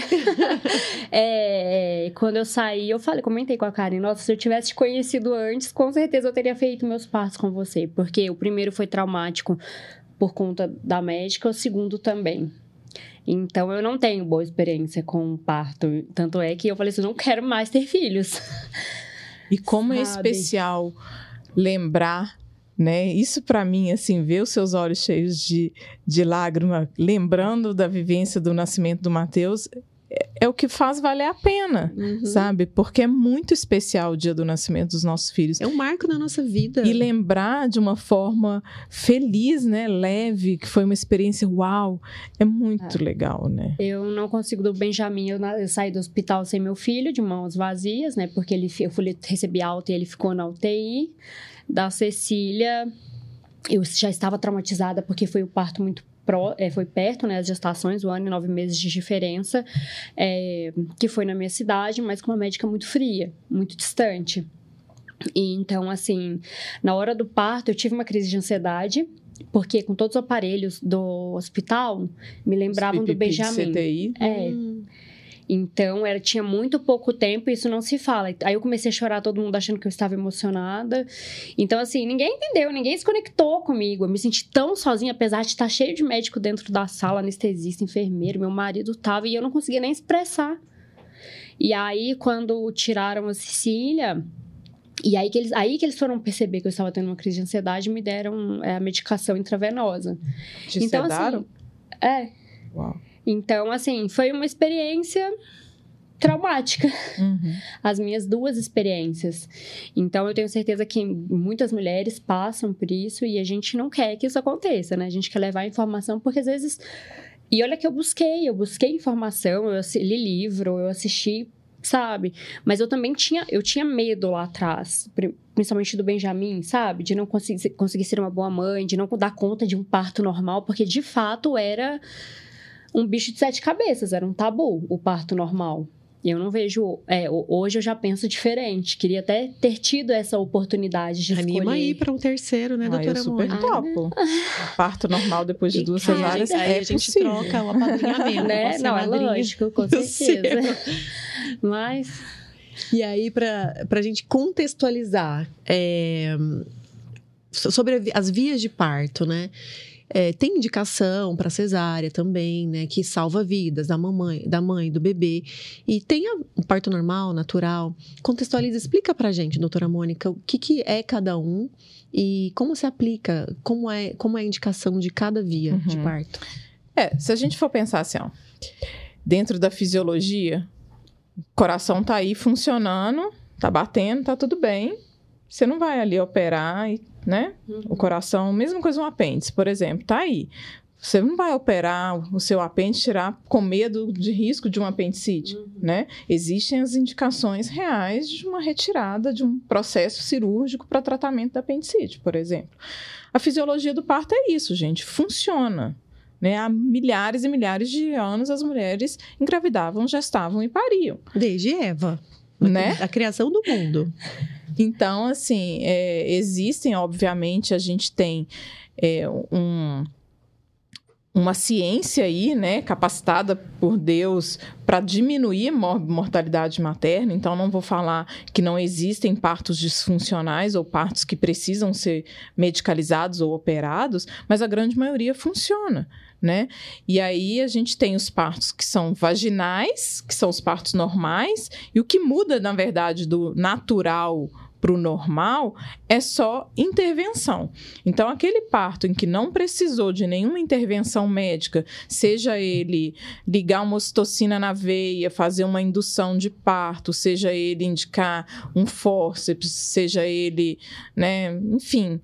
é, quando eu saí, eu falei, comentei com a Karen, nossa, se eu tivesse te conhecido antes, com certeza eu teria feito meus partos com você, porque o primeiro foi traumático por conta da médica, o segundo também. Então, eu não tenho boa experiência com parto. Tanto é que eu falei assim, não quero mais ter filhos. E como é Sabe? especial lembrar, né? Isso para mim, assim, ver os seus olhos cheios de, de lágrima, lembrando da vivência do nascimento do Matheus, é, é o que faz valer a pena, Uhum. sabe? Porque é muito especial o dia do nascimento dos nossos filhos. É um marco na nossa vida. E lembrar de uma forma feliz, né? Leve, que foi uma experiência uau, é muito É. legal, né? Eu não consigo do Benjamin, eu, na- eu saí do hospital sem meu filho, de mãos vazias, né? Porque ele, fi- eu fui receber alta e ele ficou na U T I. Da Cecília, eu já estava traumatizada porque foi o parto muito pró, é, foi perto, né? As gestações, um ano e nove meses de diferença, é, que foi na minha cidade, mas com uma médica muito fria, muito distante. E então, assim, na hora do parto, eu tive uma crise de ansiedade, porque com todos os aparelhos do hospital, me lembravam Os do pipipi de Benjamin. C T I. É, Hum. então, era, tinha muito pouco tempo e isso não se fala. Aí eu comecei a chorar, todo mundo achando que eu estava emocionada. Então, assim, ninguém entendeu, ninguém se conectou comigo. Eu me senti tão sozinha, apesar de estar cheio de médico dentro da sala, anestesista, enfermeiro, meu marido tava, e eu não conseguia nem expressar. E aí, quando tiraram a Cecília, e aí que eles, aí que eles foram perceber que eu estava tendo uma crise de ansiedade, me deram é, a medicação intravenosa. Te então, sedaram? assim, é... Uau. Então, assim, foi uma experiência traumática. Uhum. As minhas duas experiências. Então, eu tenho certeza que muitas mulheres passam por isso e a gente não quer que isso aconteça, né? A gente quer levar a informação porque, às vezes... E olha que eu busquei, eu busquei informação, eu assi- li livro, eu assisti, sabe? Mas eu também tinha, eu tinha medo lá atrás, pri- principalmente do Benjamin, sabe? De não conseguir, conseguir ser uma boa mãe, de não dar conta de um parto normal, porque, de fato, era... um bicho de sete cabeças, era um tabu, o parto normal. E eu não vejo... É, hoje eu já penso diferente. Queria até ter tido essa oportunidade de Anima escolher. aí para um terceiro, né, Ah, doutora eu super Mônica? topo. Parto normal depois de E duas cara, cesáreas Aí é a gente possível. troca o apadrinhamento. Né? Você Não, é madrinha lógico, com do certeza. seu. Mas... E aí, para a gente contextualizar é, sobre a vi- as vias de parto, né? É, tem indicação para cesárea também, né? Que salva vidas da mamãe, da mãe, do bebê. E tem a- o parto normal, natural. Contextualiza, explica pra gente, doutora Mônica, o que, que é cada um e como se aplica, como é, como é a indicação de cada via Uhum. de parto. É, se a gente for pensar assim, ó, dentro da fisiologia, o coração tá aí funcionando, tá batendo, tá tudo bem. Você não vai ali operar, e, né? O coração, mesma coisa um apêndice, por exemplo, tá aí. Você não vai operar o seu apêndice, tirar com medo de risco de um apendicite, Uhum. né? Existem as indicações reais de uma retirada de um processo cirúrgico para tratamento da apendicite, por exemplo. A fisiologia do parto é isso, gente, funciona. Né? Há milhares e milhares de anos as mulheres engravidavam, gestavam e pariam. Desde Eva, Né? a criação do mundo. Então, assim, é, existem, obviamente, a gente tem é, um, uma ciência aí, né, capacitada por Deus para diminuir a mor- mortalidade materna. Então, não vou falar que não existem partos disfuncionais ou partos que precisam ser medicalizados ou operados, mas a grande maioria funciona. Né? E aí a gente tem os partos que são vaginais, que são os partos normais, e o que muda, na verdade, do natural para o normal é só intervenção. Então, aquele parto em que não precisou de nenhuma intervenção médica, seja ele ligar uma ocitocina na veia, fazer uma indução de parto, seja ele indicar um fórceps, seja ele, né, enfim,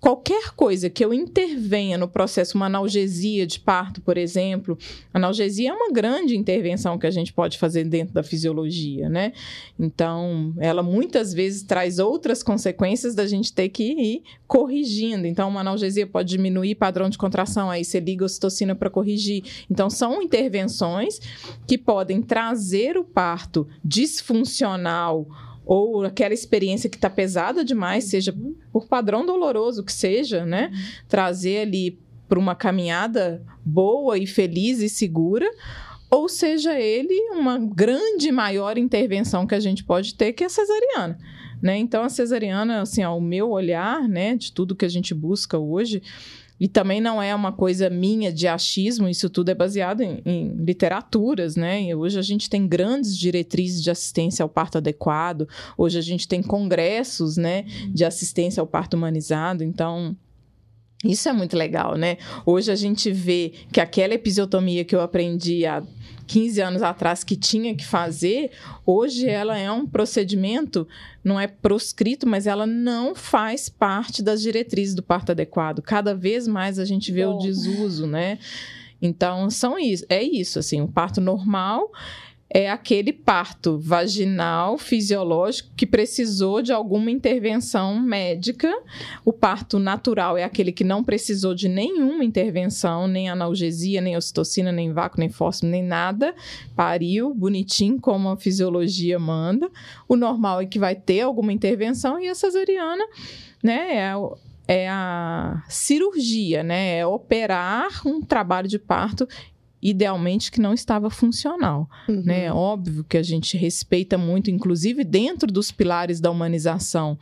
qualquer coisa que eu intervenha no processo, uma analgesia de parto, por exemplo, analgesia é uma grande intervenção que a gente pode fazer dentro da fisiologia, né? Então, ela muitas vezes traz outras consequências da gente ter que ir corrigindo. Então, uma analgesia pode diminuir padrão de contração, aí você liga a ocitocina para corrigir. Então, são intervenções que podem trazer o parto disfuncional ou aquela experiência que está pesada demais, seja por padrão doloroso que seja, né? Uhum. Trazer ali para uma caminhada boa e feliz e segura, ou seja ele uma grande, maior intervenção que a gente pode ter, que é a cesariana, né? Então, a cesariana, assim, ao meu olhar, né, de tudo que a gente busca hoje, e também não é uma coisa minha de achismo, isso tudo é baseado em, em literaturas, né? E hoje a gente tem grandes diretrizes de assistência ao parto adequado, hoje a gente tem congressos, né, de assistência ao parto humanizado, então isso é muito legal, né? Hoje a gente vê que aquela episiotomia que eu aprendi há quinze anos atrás que tinha que fazer, hoje ela é um procedimento, não é proscrito, mas ela não faz parte das diretrizes do parto adequado. Cada vez mais a gente vê Bom. o desuso, né? Então, são isso, é isso, assim, o parto normal é aquele parto vaginal, fisiológico, que precisou de alguma intervenção médica. O parto natural é aquele que não precisou de nenhuma intervenção, nem analgesia, nem ocitocina, nem vácuo, nem fósforo, nem nada. Pariu, bonitinho, como a fisiologia manda. O normal é que vai ter alguma intervenção, e a cesariana, né, é a, é a cirurgia, né, é operar um trabalho de parto idealmente que não estava funcional, uhum. né? Óbvio que a gente respeita muito, inclusive dentro dos pilares da humanização,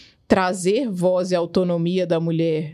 trazer voz e autonomia da mulher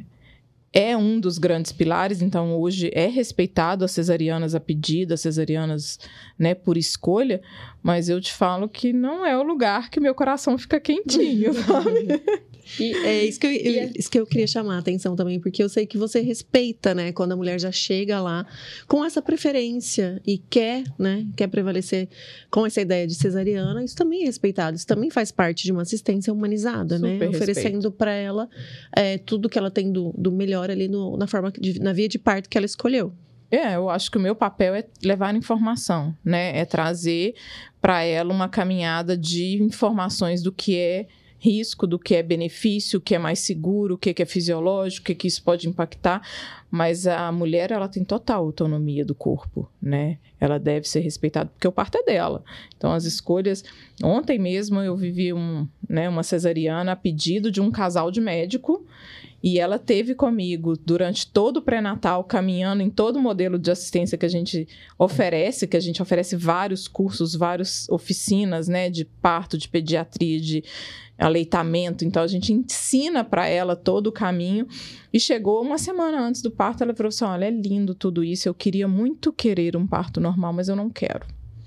é um dos grandes pilares. Então, hoje é respeitado as cesarianas a pedido, as cesarianas, né, por escolha, mas eu te falo que não é o lugar que meu coração fica quentinho, sabe? E é isso que, eu, eu, isso que eu queria chamar a atenção também, porque eu sei que você respeita, né, quando a mulher já chega lá com essa preferência e quer, né, quer prevalecer com essa ideia de cesariana. Isso também é respeitado, isso também faz parte de uma assistência humanizada, Super né, oferecendo para ela é, tudo que ela tem do, do melhor ali no, na forma de, na via de parto que ela escolheu. É, eu acho que o meu papel é levar informação, né, é trazer para ela uma caminhada de informações do que é risco, do que é benefício, o que é mais seguro, o que é fisiológico, o que, que isso pode impactar, mas a mulher, ela tem total autonomia do corpo, né? Ela deve ser respeitada, porque o parto é dela. Então, as escolhas... Ontem mesmo eu vivi um, né, uma cesariana a pedido de um casal de médico, e ela teve comigo durante todo o pré-natal, caminhando em todo o modelo de assistência que a gente oferece, que a gente oferece vários cursos, várias oficinas, né, de parto, de pediatria, de aleitamento. Então, a gente ensina para ela todo o caminho. E chegou uma semana antes do parto, ela falou assim, olha, é lindo tudo isso, eu queria muito querer um parto normal, mas eu não quero.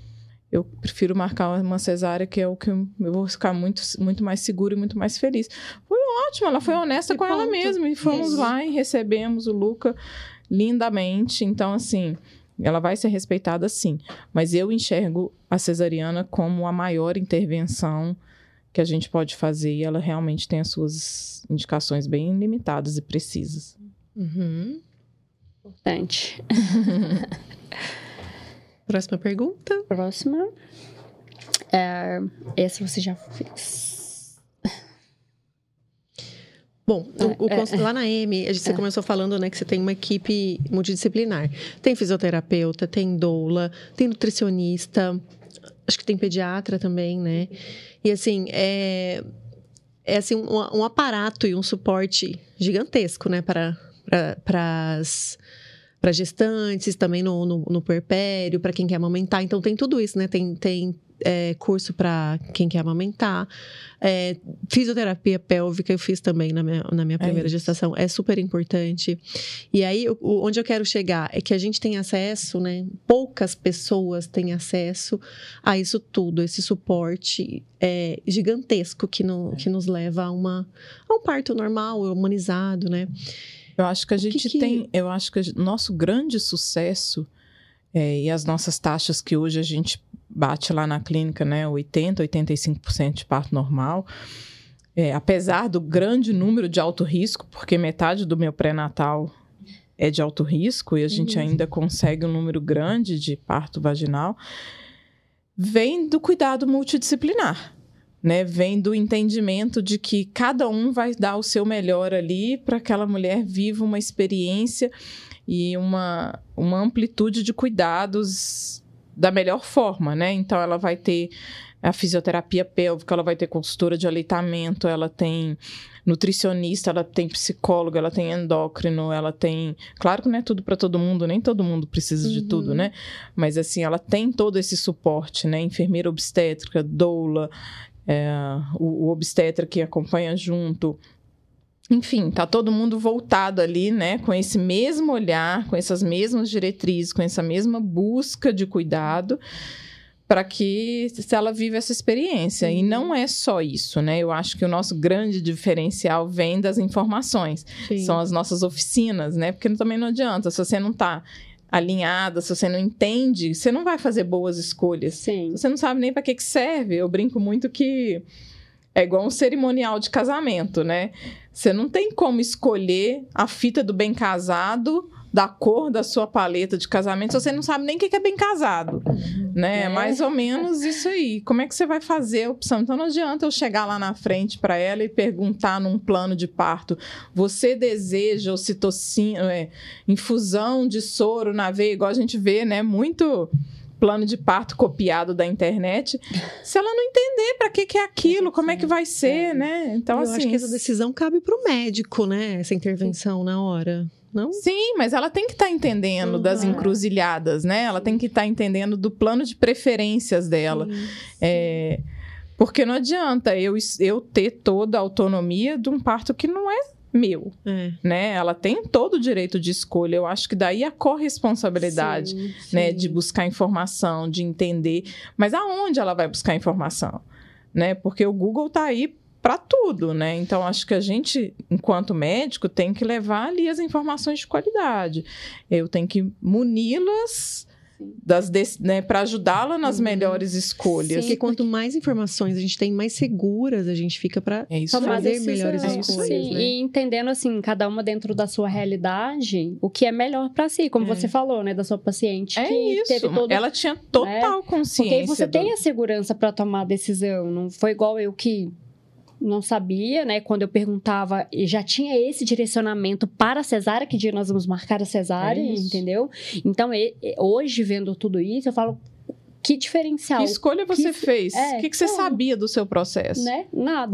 Eu prefiro marcar uma cesárea, que é o que eu, eu vou ficar muito, muito mais segura e muito mais feliz. Foi ótimo, ela foi honesta que com ponto. ela mesma. E fomos Isso. lá e recebemos o Luca lindamente. Então, assim, ela vai ser respeitada sim. Mas eu enxergo a cesariana como a maior intervenção que a gente pode fazer. E ela realmente tem as suas indicações bem limitadas e precisas. Uhum. Importante. Próxima pergunta. Próxima. É, essa você já fez. Bom, o, o, é, lá na M, a gente, você é. começou falando, né, que você tem uma equipe multidisciplinar. Tem fisioterapeuta, tem doula, tem nutricionista, acho que tem pediatra também, né? E assim, é, é assim, um, um aparato e um suporte gigantesco, né, para as... para gestantes, também no, no, no puerpério, para quem quer amamentar. Então, tem tudo isso, né? Tem, tem é, curso para quem quer amamentar. É, fisioterapia pélvica eu fiz também na minha, na minha primeira é gestação. É super importante. E aí, o, onde eu quero chegar é que a gente tem acesso, né? Poucas pessoas têm acesso a isso tudo, esse suporte é, gigantesco que, no, que nos leva a, uma, a um parto normal, humanizado, né? Eu acho que a gente que que... tem, eu acho que o nosso grande sucesso é, e as nossas taxas que hoje a gente bate lá na clínica, né, oitenta, oitenta e cinco por cento de parto normal, é, apesar do grande número de alto risco, porque metade do meu pré-natal é de alto risco e a gente uhum. ainda consegue um número grande de parto vaginal, vem do cuidado multidisciplinar, né? Vem do entendimento de que cada um vai dar o seu melhor ali para que aquela mulher viva uma experiência e uma, uma amplitude de cuidados da melhor forma, né? Então, ela vai ter a fisioterapia pélvica, ela vai ter consultora de aleitamento, ela tem nutricionista, ela tem psicólogo, ela tem endócrino, ela tem... Claro que não é tudo para todo mundo, nem todo mundo precisa uhum. de tudo, né? Mas, assim, ela tem todo esse suporte, né? Enfermeira obstétrica, doula, é, o, o obstetra que acompanha junto. Enfim, tá todo mundo voltado ali, né? Com esse mesmo olhar, com essas mesmas diretrizes, com essa mesma busca de cuidado, para que ela viva essa experiência. Uhum. E não é só isso, né? Eu acho que o nosso grande diferencial vem das informações. Sim. São as nossas oficinas, né? Porque também não adianta, se você não tá alinhada, se você não entende, você não vai fazer boas escolhas. Sim. Você não sabe nem para que que serve. Eu brinco muito que é igual um cerimonial de casamento, né? Você não tem como escolher a fita do bem casado da cor da sua paleta de casamento, se você não sabe nem o que é bem casado, né? É mais ou menos isso aí. Como é que você vai fazer a opção? Então, não adianta eu chegar lá na frente para ela e perguntar num plano de parto, você deseja ocitocina, é, infusão de soro na veia, igual a gente vê, né? Muito plano de parto copiado da internet, se ela não entender para que que é aquilo, como é que vai ser, né? Então, eu assim, acho que essa decisão cabe para o médico, né? Essa intervenção na hora. Não? Sim, mas ela tem que estar tá entendendo uhum. das encruzilhadas, né? Ela tem que estar tá entendendo do plano de preferências dela. Sim, sim. É, porque não adianta eu, eu ter toda a autonomia de um parto que não é meu, é. né? Ela tem todo o direito de escolha. Eu acho que daí a corresponsabilidade, sim, né? Sim. De buscar informação, de entender. Mas aonde ela vai buscar informação? Né? Porque o Google tá aí para tudo, né? Então, acho que a gente, enquanto médico, tem que levar ali as informações de qualidade. Eu tenho que muni-las das, né, para ajudá-la nas uhum. melhores escolhas. Sim, porque quanto mais informações a gente tem, mais seguras a gente fica para é fazer melhores é escolhas. Sim, né? E entendendo, assim, cada uma dentro da sua realidade, o que é melhor para si, como é. você falou, né, da sua paciente. É que isso, teve todo... ela tinha total né? consciência. Porque aí você do... tem a segurança para tomar a decisão, não foi igual eu que não sabia, né? Quando eu perguntava, já tinha esse direcionamento para a cesárea, que dia nós vamos marcar a cesárea, é entendeu? Então, hoje, vendo tudo isso, eu falo, que diferencial. Que escolha você que... fez? É, o que, que você então, sabia do seu processo? Né? Nada.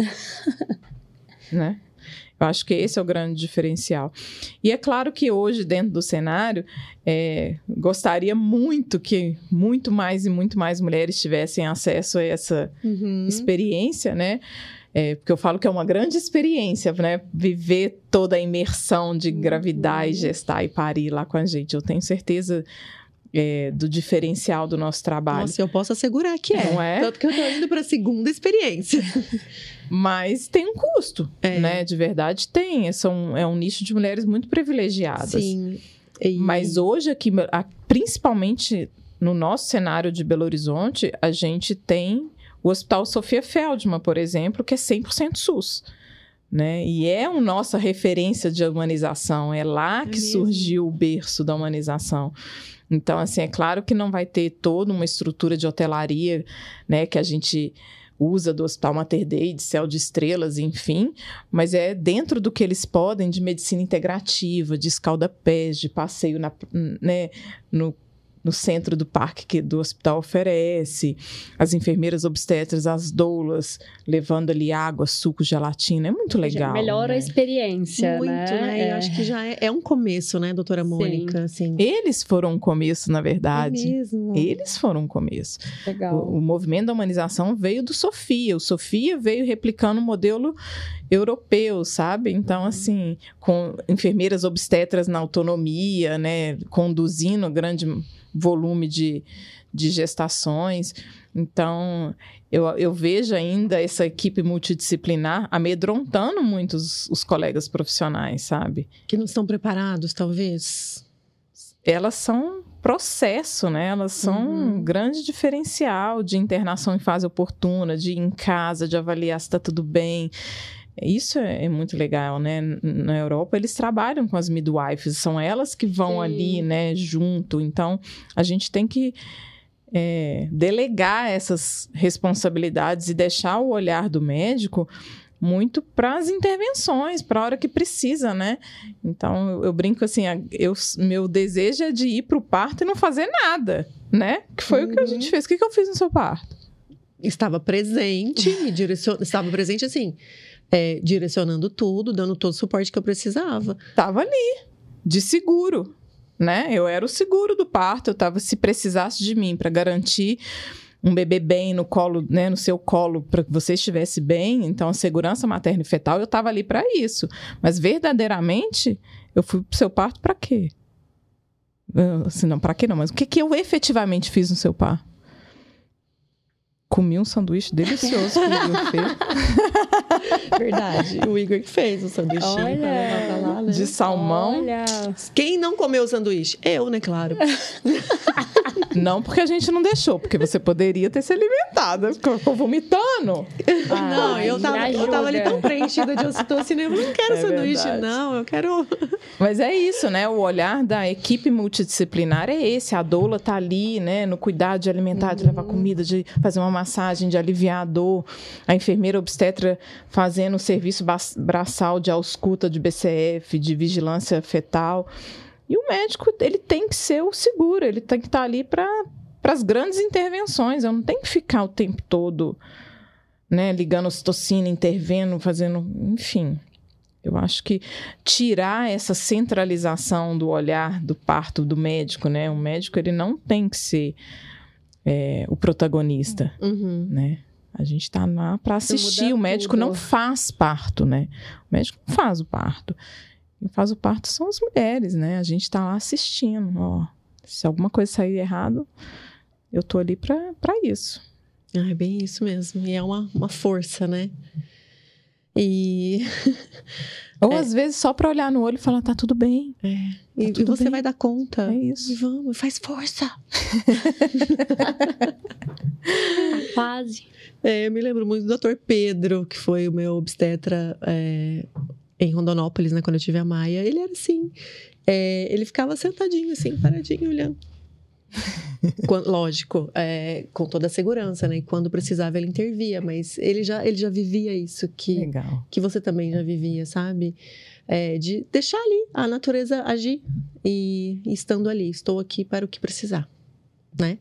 Né? Eu acho que esse é o grande diferencial. E é claro que hoje, dentro do cenário, é, gostaria muito que muito mais e muito mais mulheres tivessem acesso a essa uhum. experiência, né? É, porque eu falo que é uma grande experiência, né? Viver toda a imersão de engravidar uhum. e gestar e parir lá com a gente. Eu tenho certeza é, do diferencial do nosso trabalho. Nossa, eu posso assegurar que é. Não é? Tanto que eu tô indo para a segunda experiência. Mas tem um custo, é. né? De verdade tem. São, é um nicho de mulheres muito privilegiadas. Sim. E... Mas hoje aqui, principalmente no nosso cenário de Belo Horizonte, a gente tem o Hospital Sofia Feldman, por exemplo, que é cem por cento SUS. Né? E é a nossa referência de humanização. É lá que é surgiu o berço da humanização. Então, assim, é claro que não vai ter toda uma estrutura de hotelaria, né, que a gente usa do Hospital Mater Dei, de Céu de Estrelas, enfim, mas é dentro do que eles podem de medicina integrativa, de escalda-pés, de passeio na, né, no no centro do parque que do hospital oferece, as enfermeiras obstetras, as doulas, levando ali água, suco, gelatina, é muito legal. Melhora né? a experiência, muito, né? né? É. Eu acho que já é, é um começo, né, doutora Mônica? Assim. Eles foram um começo, na verdade. É mesmo. Eles foram um começo. Legal. O, o movimento da humanização veio do Sofia. O Sofia veio replicando o modelo europeu, sabe? Então, assim, com enfermeiras obstetras na autonomia, né? Conduzindo grande volume de, de gestações. Então, eu, eu vejo ainda essa equipe multidisciplinar amedrontando muito os, os colegas profissionais, sabe? Que não estão preparados, talvez? elas são processo, né? Elas são uhum. um grande diferencial de internação em fase oportuna, de ir em casa, de avaliar se está tudo bem. Isso é, é muito legal, né? Na Europa, eles trabalham com as midwives, são elas que vão Sim. ali, né, junto. Então, a gente tem que é, delegar essas responsabilidades e deixar o olhar do médico muito para as intervenções, para a hora que precisa, né? Então, eu, eu brinco assim, eu, meu desejo é de ir para o parto e não fazer nada, né? Que foi uhum. o que a gente fez. O que, que eu fiz no seu parto? Estava presente, me direcion... estava presente assim, é, direcionando tudo, dando todo o suporte que eu precisava. Estava ali, de seguro, né? Eu era o seguro do parto, eu estava, se precisasse de mim para garantir um bebê bem no colo, né, no seu colo, para que você estivesse bem. Então, a segurança materna e fetal, eu estava ali para isso. Mas, verdadeiramente, eu fui pro seu parto para quê? Eu, assim, não, para quê não, mas o que, que eu efetivamente fiz no seu parto? Comi um sanduíche delicioso que o Igor fez. Verdade. O Igor que fez o sanduichinho Olha, pra levar pra lá, né? De salmão. Olha. Quem não comeu o sanduíche? Eu, né? Claro. Não porque a gente não deixou, porque você poderia ter se alimentado. Ficou vomitando. Ah, não, eu tava, eu tava ali tão preenchida de ocitocina. Eu não quero é sanduíche, verdade. Não. Eu quero... Mas é isso, né? O olhar da equipe multidisciplinar é esse. A doula tá ali, né? No cuidado de alimentar, uhum. de levar comida, de fazer uma massagem, de aliviar a dor. A enfermeira obstetra fazendo o serviço braçal de ausculta de B C F, de vigilância fetal. E o médico, ele tem que ser o seguro, ele tem que estar ali para as grandes intervenções. Eu não tenho que ficar o tempo todo, né, ligando ocitocina, intervendo, fazendo... Enfim, eu acho que tirar essa centralização do olhar do parto do médico, né? O médico, ele não tem que ser é, o protagonista, uhum. né? A gente está lá para assistir. O médico tudo. Não faz parto, né? O médico não faz o parto. Quem faz o parto são as mulheres, né? A gente está lá assistindo. Ó, se alguma coisa sair errado, eu tô ali para isso. Ah, é bem isso mesmo. E é uma, uma força, né? E... Ou é. às vezes só para olhar no olho e falar, tá tudo bem. É. Tá e, tudo e você bem. vai dar conta. É isso. E vamos, faz força. Quase. É, eu me lembro muito do doutor Pedro, que foi o meu obstetra é, em Rondonópolis, né? Quando eu tive a Maia. Ele era assim, é, ele ficava sentadinho assim, paradinho, olhando. Quando, lógico, é, com toda a segurança, né? E quando precisava ele intervia, mas ele já, ele já vivia isso que, Legal. que você também já vivia, sabe? É, de deixar ali a natureza agir e, e estando ali, estou aqui para o que precisar, né?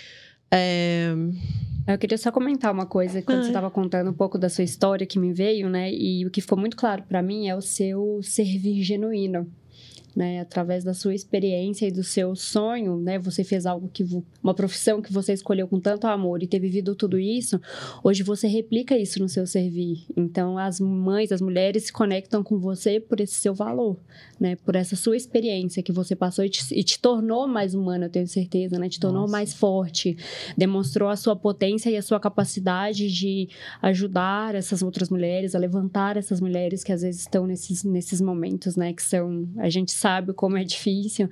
É... Eu queria só comentar uma coisa, quando ah, você estava contando um pouco da sua história que me veio, né? E o que ficou muito claro para mim é o seu servir genuíno. Né, através da sua experiência e do seu sonho, né, você fez algo que uma profissão que você escolheu com tanto amor e ter vivido tudo isso, hoje você replica isso no seu servir. Então as mães, as mulheres se conectam com você por esse seu valor, né, por essa sua experiência que você passou e te, e te tornou mais humana, eu tenho certeza, né, te tornou Nossa. mais forte, demonstrou a sua potência e a sua capacidade de ajudar essas outras mulheres, a levantar essas mulheres que às vezes estão nesses, nesses momentos, né, que são, a gente sabe como é difícil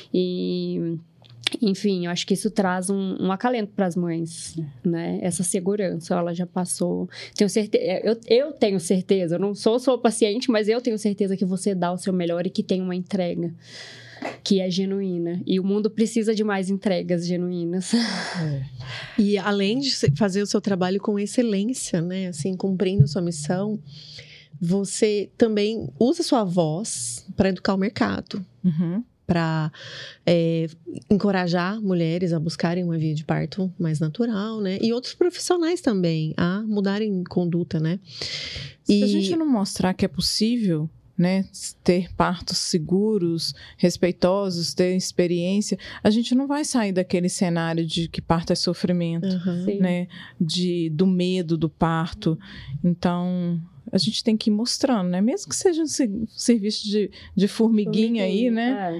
e, enfim, eu acho que isso traz um, um acalento para as mães, né? Essa segurança, ela já passou, tenho certeza, eu, eu tenho certeza, eu não sou sua paciente, mas eu tenho certeza que você dá o seu melhor e que tem uma entrega que é genuína, e o mundo precisa de mais entregas genuínas. É. E além de fazer o seu trabalho com excelência, né, assim, cumprindo a sua missão, você também usa sua voz para educar o mercado, uhum. para é, encorajar mulheres a buscarem uma via de parto mais natural, né? E outros profissionais também a mudarem conduta, né? Se e... a gente não mostrar que é possível, né, ter partos seguros, respeitosos, ter experiência, a gente não vai sair daquele cenário de que parto é sofrimento, uhum. né? De, do medo do parto. Então... a gente tem que ir mostrando, né? Mesmo que seja um serviço de, de formiguinha, formiguinha aí, né? É.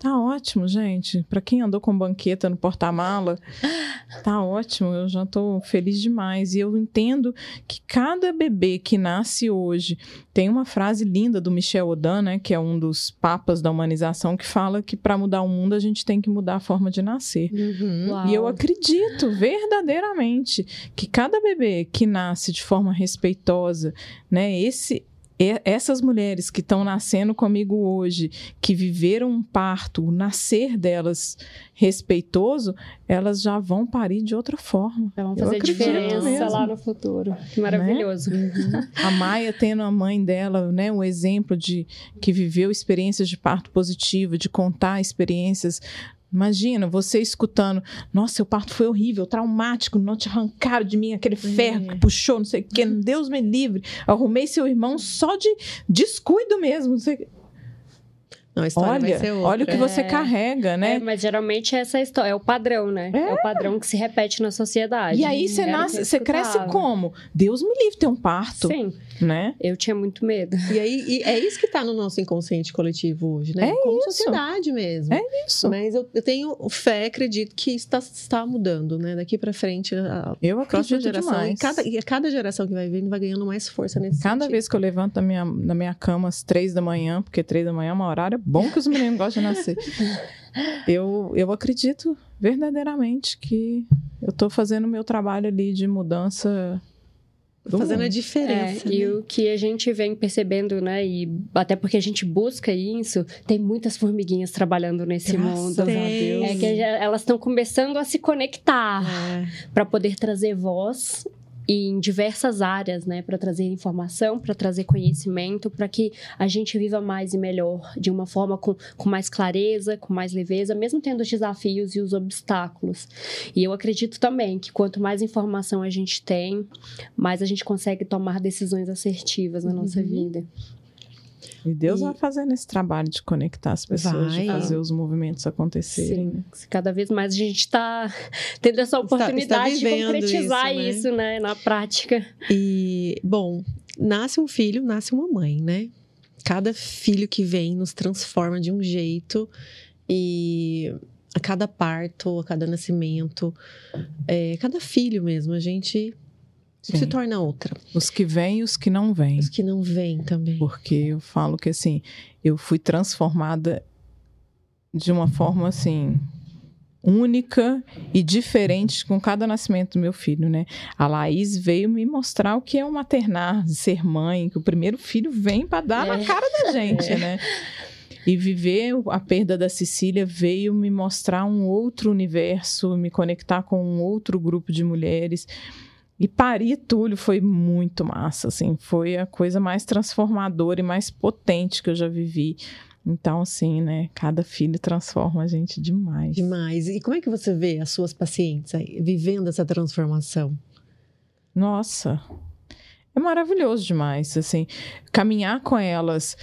Tá ótimo, gente. Para quem andou com banqueta no porta-mala, tá ótimo. Eu já tô feliz demais. E eu entendo que cada bebê que nasce hoje tem uma frase linda do Michel Odan, né, que é um dos papas da humanização, que fala que para mudar o mundo a gente tem que mudar a forma de nascer. Uhum. E eu acredito verdadeiramente que cada bebê que nasce de forma respeitosa, né, esse essas mulheres que estão nascendo comigo hoje, que viveram um parto, o nascer delas respeitoso, elas já vão parir de outra forma. Vão fazer diferença mesmo. Lá no futuro. Que maravilhoso. Né? Uhum. A Maia tendo a mãe dela, né, um exemplo de que viveu experiências de parto positivo, de contar experiências. Imagina, você escutando, nossa, seu parto foi horrível, traumático, não te arrancaram de mim aquele ferro é. que puxou, não sei o que, Deus me livre, arrumei seu irmão só de descuido mesmo, não sei o que. Não, a história olha, vai ser outra. Olha o que é. você carrega, né? É, mas geralmente essa é a história, é o padrão, né? É. é o padrão que se repete na sociedade. E aí você nasce, você cresce como? Deus me livre ter um parto. Sim. Né? Eu tinha muito medo. E aí e é isso que está no nosso inconsciente coletivo hoje, né? É Como isso. sociedade mesmo. É isso. Mas eu, eu tenho fé, acredito que está, está mudando, né? Daqui para frente, a eu próxima acredito geração. demais. E cada, e cada geração que vai vindo vai ganhando mais força nesse Cada sentido. vez que eu levanto da minha, da minha cama às três da manhã, porque três da manhã é uma horário bom que os meninos gostam de nascer. Eu, eu acredito verdadeiramente que eu estou fazendo o meu trabalho ali de mudança. Fazendo mundo. a diferença. É, né? E o que a gente vem percebendo, né? E até porque a gente busca isso, tem muitas formiguinhas trabalhando nesse Graças mundo. a Deus. É que elas estão começando a se conectar É. para poder trazer voz em diversas áreas, né? Para trazer informação, para trazer conhecimento, para que a gente viva mais e melhor, de uma forma com, com mais clareza, com mais leveza, mesmo tendo os desafios e os obstáculos. E eu acredito também que quanto mais informação a gente tem, mais a gente consegue tomar decisões assertivas na nossa Uhum. vida. E Deus E- vai fazendo esse trabalho de conectar as pessoas, Vai. de fazer os movimentos acontecerem. Sim, cada vez mais a gente está tendo essa oportunidade está de vivendo concretizar isso, isso, né? né, na prática. E, bom, nasce um filho, nasce uma mãe, né? Cada filho que vem nos transforma de um jeito e a cada parto, a cada nascimento, é, cada filho mesmo, a gente Sim. se torna outra. Os que vêm e os que não vêm. Os que não vêm também. Porque eu falo que, assim, eu fui transformada de uma forma, assim, única e diferente com cada nascimento do meu filho, né? A Laís veio me mostrar o que é o maternar, ser mãe, que o primeiro filho vem para dar É. na cara da gente, né? E viver a perda da Cecília veio me mostrar um outro universo, me conectar com um outro grupo de mulheres. E parir Túlio foi muito massa, assim, foi a coisa mais transformadora e mais potente que eu já vivi. Então, assim, né, cada filho transforma a gente demais. Demais. E como é que você vê as suas pacientes aí, vivendo essa transformação? Nossa, é maravilhoso demais, assim, caminhar com elas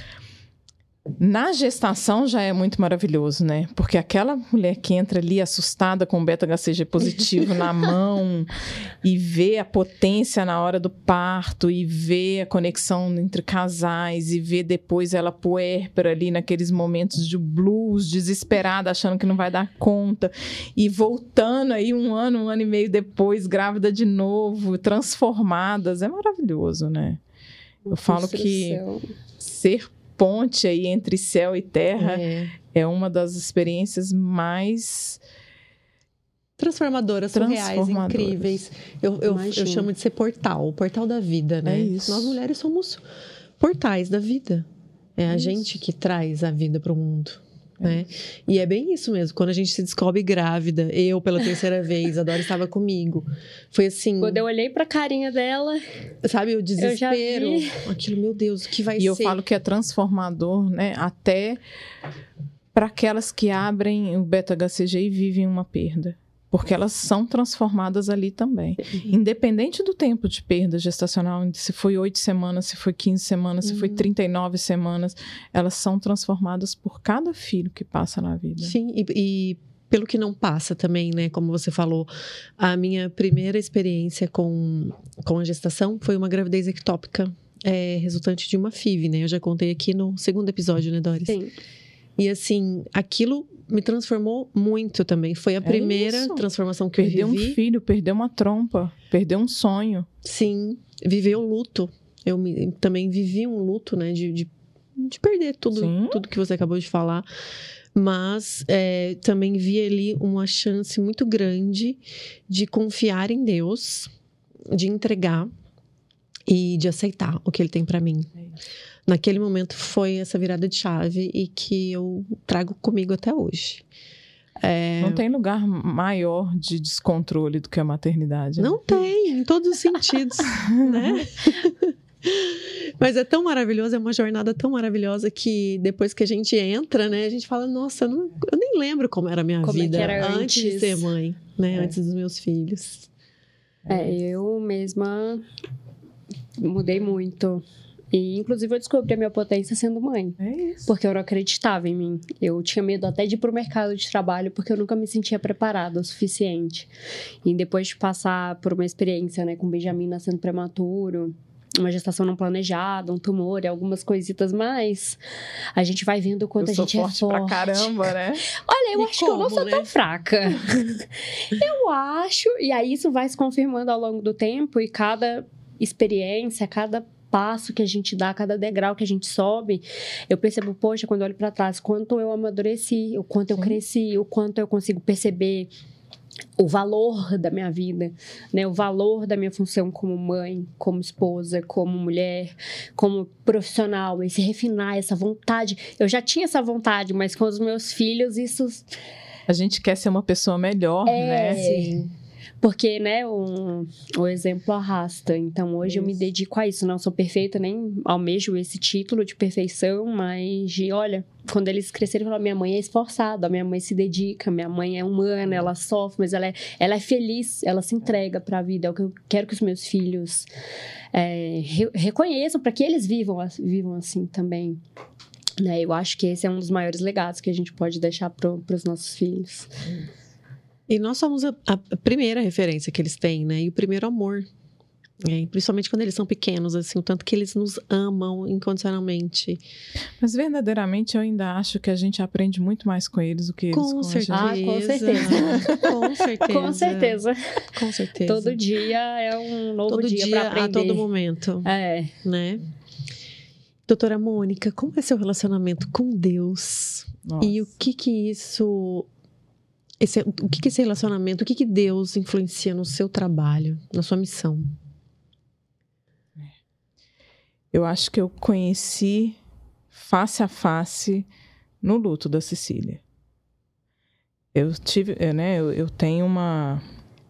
na gestação já é muito maravilhoso, né? Porque aquela mulher que entra ali assustada com o beta-H C G positivo na mão e vê a potência na hora do parto e vê a conexão entre casais e vê depois ela puérpera ali naqueles momentos de blues, desesperada, achando que não vai dar conta e voltando aí um ano, um ano e meio depois, grávida de novo, transformadas, é maravilhoso, né? Eu falo que ser ponte aí entre céu e terra é, é uma das experiências mais transformadoras, surreais, incríveis. Eu, eu, eu chamo de ser portal, o portal da vida, né? É isso. Nós mulheres somos portais da vida. É a isso. gente que traz a vida para o mundo. Né? E é bem isso mesmo, quando a gente se descobre grávida, eu pela terceira vez, a Dora estava comigo, foi assim... Quando eu olhei pra carinha dela... Sabe, o desespero, aquilo, meu Deus, o que vai e ser? E eu falo que é transformador, né, até para aquelas que abrem o beta-H C G e vivem uma perda. Porque elas são transformadas ali também. Uhum. Independente do tempo de perda gestacional, se foi oito semanas, se foi quinze semanas, uhum. se foi trinta e nove semanas, elas são transformadas por cada filho que passa na vida. Sim, e, e pelo que não passa também, né? Como você falou, a minha primeira experiência com, com a gestação foi uma gravidez ectópica, é, resultante de uma F I V, né? Eu já contei aqui no segundo episódio, né, Doris? Sim. E assim, aquilo me transformou muito também. Foi a É primeira isso. transformação que Perdeu eu vivi. um filho, perdeu uma trompa, perdeu um sonho. Sim, viver o luto. Eu me- também vivi um luto, né? De, de, de perder tudo, Sim. tudo que você acabou de falar. Mas é, também vi ali uma chance muito grande de confiar em Deus, de entregar e de aceitar o que Ele tem pra mim. Naquele momento foi essa virada de chave e que eu trago comigo até hoje. É, Não tem lugar maior de descontrole do que a maternidade. né? não tem, em todos os sentidos, né? Mas é tão maravilhoso, é uma jornada tão maravilhosa que depois que a gente entra, né, a gente fala, nossa, eu, não- eu nem lembro como era a minha Como é que vida era antes de antes. ser mãe, né, É. antes dos meus filhos. É, eu mesma mudei muito. E, inclusive, eu descobri a minha potência sendo mãe. É isso. Porque eu não acreditava em mim. Eu tinha medo até de ir pro mercado de trabalho, porque eu nunca me sentia preparada o suficiente. E depois de passar por uma experiência, né, com o Benjamin nascendo prematuro, uma gestação não planejada, um tumor e algumas coisitas mais, a gente vai vendo o quanto Eu a sou gente forte é forte. pra caramba, né? Olha, eu E acho que eu não como, sou né? tão fraca. Eu acho. E aí isso vai se confirmando ao longo do tempo e cada experiência, cada passo que a gente dá, cada degrau que a gente sobe, eu percebo, poxa, quando eu olho pra trás, quanto eu amadureci, o quanto eu Sim. cresci, o quanto eu consigo perceber o valor da minha vida, né? O valor da minha função como mãe, como esposa, como mulher, como profissional, esse refinar, essa vontade. Eu já tinha essa vontade, mas com os meus filhos isso A gente quer ser uma pessoa melhor, é, né? Sim. porque, né, o, o exemplo arrasta. Então, hoje eu me Isso. dedico a isso. Não sou perfeita, nem almejo esse título de perfeição, mas, de, olha, quando eles crescerem, falaram, minha mãe é esforçada, a minha mãe se dedica, minha mãe é humana, ela sofre, mas ela é, ela é feliz, ela se entrega para a vida. É o que eu quero que os meus filhos é, re- reconheçam, para que eles vivam, as- vivam assim também. Né, eu acho que esse é um dos maiores legados que a gente pode deixar para os nossos filhos. E nós somos a, a primeira referência que eles têm, né? E o primeiro amor. É, principalmente quando eles são pequenos, assim, o tanto que eles nos amam incondicionalmente. Mas verdadeiramente eu ainda acho que a gente aprende muito mais com eles do que eles com, Com a gente. certeza. Ah, com certeza. Com certeza. Com certeza. Com certeza. Todo dia é um novo Todo dia, dia, para aprender. a todo momento, É. né? Doutora Mônica, como é seu relacionamento com Deus? Nossa. E o que que isso... Esse, o que que esse relacionamento, o que que Deus influencia no seu trabalho, na sua missão? Eu acho que eu conheci face a face no luto da Cecília. Eu tive, é, né, eu, eu tenho uma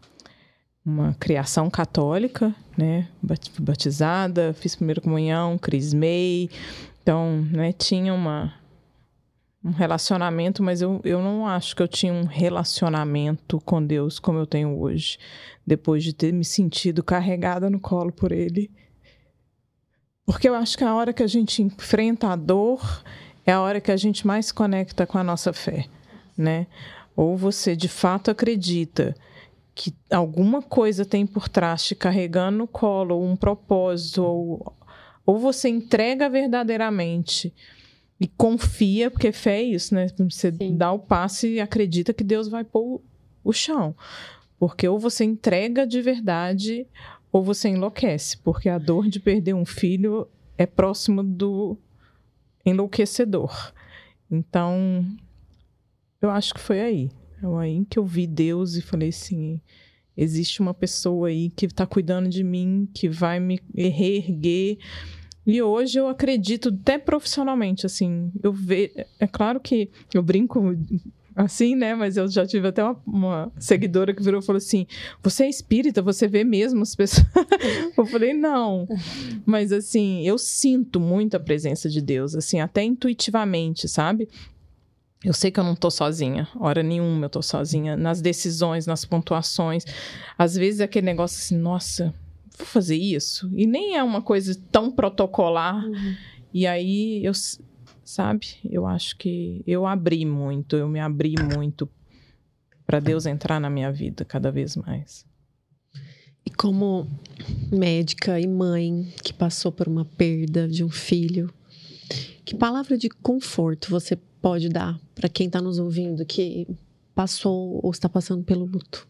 uma criação católica, né, bat- fui batizada, fiz primeira comunhão, crismei, então, né, tinha uma um relacionamento, mas eu, eu não acho que eu tinha um relacionamento com Deus como eu tenho hoje, depois de ter me sentido carregada no colo por Ele. Porque eu acho que a hora que a gente enfrenta a dor é a hora que a gente mais se conecta com a nossa fé, né? Ou você de fato acredita que alguma coisa tem por trás te carregando no colo, ou um propósito, ou, ou você entrega verdadeiramente e confia, porque fé é isso, né? Você Sim. dá o passo e acredita que Deus vai pôr o chão. Porque ou você entrega de verdade, ou você enlouquece. Porque a dor de perder um filho é próximo do enlouquecedor. Então, eu acho que foi aí. É aí que eu vi Deus e falei assim, existe uma pessoa aí que está cuidando de mim, que vai me reerguer. E hoje eu acredito até profissionalmente, assim, eu vejo, é claro que eu brinco assim, né, mas eu já tive até uma, uma seguidora que virou e falou assim, você é espírita, você vê mesmo as pessoas? Eu falei, não, mas assim, eu sinto muito a presença de Deus, assim, até intuitivamente, sabe? Eu sei que eu não tô sozinha, hora nenhuma eu tô sozinha, nas decisões, nas pontuações, às vezes é aquele negócio assim, nossa, vou fazer isso? E nem é uma coisa tão protocolar. Uhum. E aí, eu, sabe, eu acho que eu abri muito, eu me abri muito para Deus entrar na minha vida cada vez mais. E como médica e mãe que passou por uma perda de um filho, que palavra de conforto você pode dar para quem está nos ouvindo que passou ou está passando pelo luto?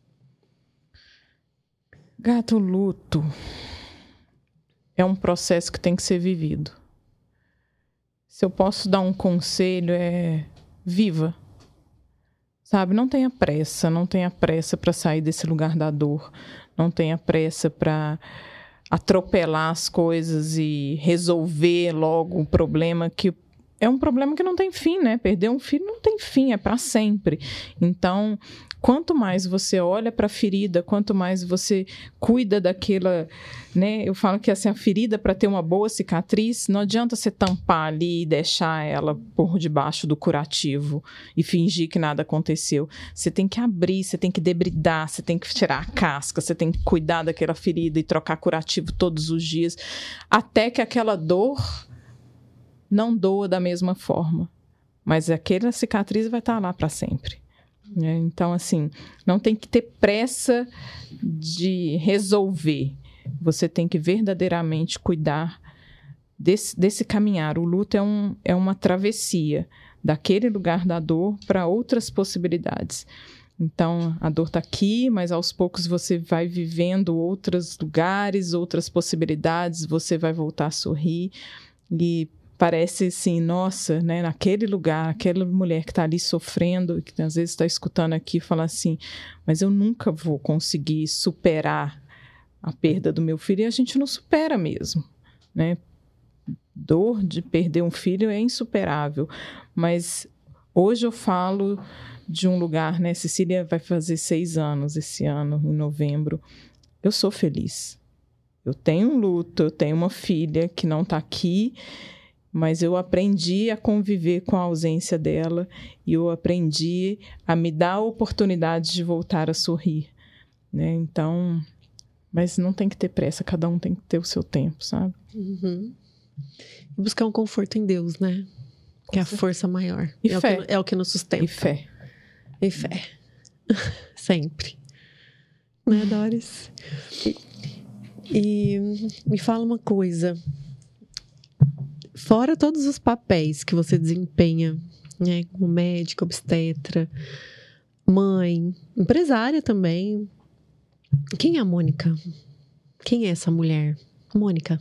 Gato, luto é um processo que tem que ser vivido. Se eu posso dar um conselho, é viva. Sabe, não tenha pressa, não tenha pressa para sair desse lugar da dor. Não tenha pressa para atropelar as coisas e resolver logo o problema, que é um problema que não tem fim, né? Perder um filho não tem fim, é para sempre. Então, quanto mais você olha para a ferida, quanto mais você cuida daquela, né? Eu falo que assim, a ferida, para ter uma boa cicatriz, não adianta você tampar ali e deixar ela por debaixo do curativo e fingir que nada aconteceu. Você tem que abrir, você tem que debridar, você tem que tirar a casca, você tem que cuidar daquela ferida e trocar curativo todos os dias, até que aquela dor não doa da mesma forma. Mas aquela cicatriz vai estar lá para sempre. Então, assim, não tem que ter pressa de resolver. Você tem que verdadeiramente cuidar desse, desse caminhar. O luto é, um, é uma travessia daquele lugar da dor para outras possibilidades. Então, a dor está aqui, mas aos poucos você vai vivendo outros lugares, outras possibilidades, você vai voltar a sorrir e parece assim, nossa, né, naquele lugar, aquela mulher que está ali sofrendo, que às vezes está escutando aqui, fala assim, mas eu nunca vou conseguir superar a perda do meu filho, e a gente não supera mesmo, né? Dor de perder um filho é insuperável, mas hoje eu falo de um lugar, né? Cecília vai fazer seis anos esse ano, em novembro. Eu sou feliz. Eu tenho um luto, eu tenho uma filha que não está aqui, mas eu aprendi a conviver com a ausência dela e eu aprendi a me dar a oportunidade de voltar a sorrir, né? Então, mas não tem que ter pressa, cada um tem que ter o seu tempo, sabe? Uhum. Buscar um conforto em Deus, né? Que é a força maior. E é fé. O que, é o que nos sustenta. E fé. E fé. Sempre. Né, Doris? E me fala uma coisa. Fora todos os papéis que você desempenha, né, como médica, obstetra, mãe, empresária também, quem é a Mônica? Quem é essa mulher? Mônica.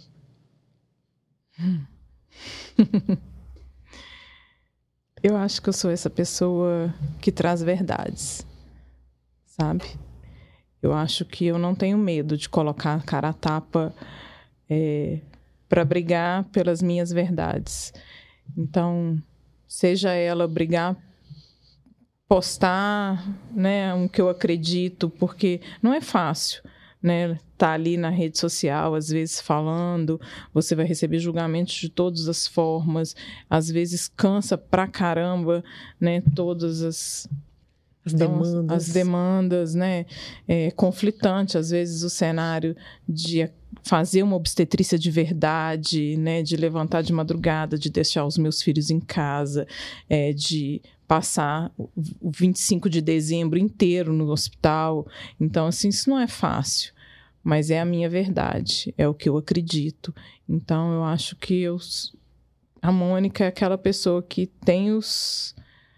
Eu acho que eu sou essa pessoa que traz verdades, sabe? Eu acho que eu não tenho medo de colocar a cara a tapa é, para brigar pelas minhas verdades. Então, seja ela brigar, postar, né, um que eu acredito, porque não é fácil, né? Tá ali na rede social, às vezes falando, você vai receber julgamentos de todas as formas, às vezes cansa pra caramba, né? Todas as As Então, demandas. As demandas, né? É conflitante, às vezes, o cenário de fazer uma obstetrícia de verdade, né? De levantar de madrugada, de deixar os meus filhos em casa, é, de passar o vinte e cinco de dezembro inteiro no hospital. Então, assim, isso não é fácil, mas é a minha verdade, é o que eu acredito. Então, eu acho que eu, a Mônica é aquela pessoa que tem os...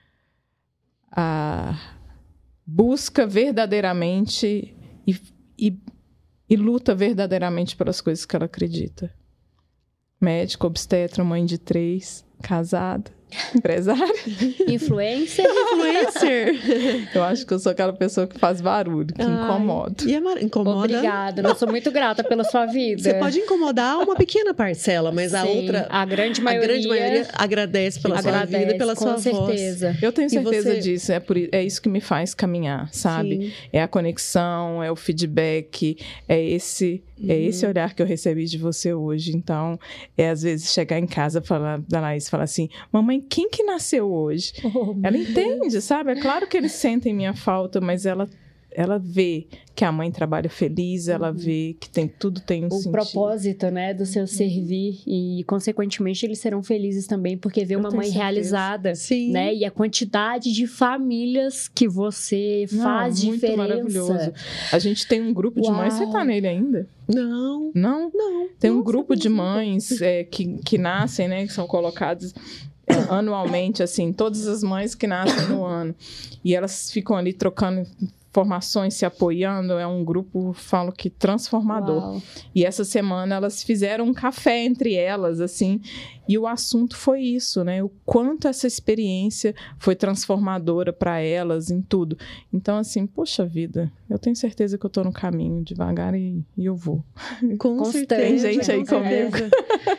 A, busca verdadeiramente e, e, e luta verdadeiramente pelas coisas que ela acredita. Médica, obstetra, mãe de três, casada, empresária. Influencer. Influencer. Eu acho que eu sou aquela pessoa que faz barulho, que Ai, incomoda. E é mar... incomoda. Obrigada, eu sou muito grata pela sua vida. Você pode incomodar uma pequena parcela, mas a Sim, outra... a grande maioria, a grande maioria agradece pela agradece, sua vida e pela com sua certeza. voz. Eu tenho certeza você... disso, é, por, é isso que me faz caminhar, sabe? Sim. É a conexão, é o feedback, é esse, Uhum. é esse olhar que eu recebi de você hoje. Então, é às vezes chegar em casa e falar, da Laís, falar assim, mamãe, quem que nasceu hoje? Oh, Ela entende, sabe? É claro que eles sentem minha falta, mas ela, ela vê que a mãe trabalha feliz, ela Uhum. vê que tem, tudo tem um o sentido. propósito, né, do seu servir e, consequentemente, eles serão felizes também porque vê Eu uma tenho mãe certeza. realizada, Sim. né, e a quantidade de famílias que você Não, faz muito diferença. maravilhoso. A gente tem um grupo de mães, você Uau. tá nele ainda? Não, Não? não. Tem um Nossa, grupo de não. mães é, que, que nascem, né, que são colocadas. anualmente, assim, todas as mães que nascem no ano. E elas ficam ali trocando informações, se apoiando. É um grupo, falo que transformador. Uau. E essa semana elas fizeram um café entre elas, assim, e o assunto foi isso, né? O quanto essa experiência foi transformadora para elas em tudo. Então, assim, poxa vida, eu tenho certeza que eu tô no caminho devagar e, e eu vou. Com Constante, certeza. Tem gente aí com comigo. certeza.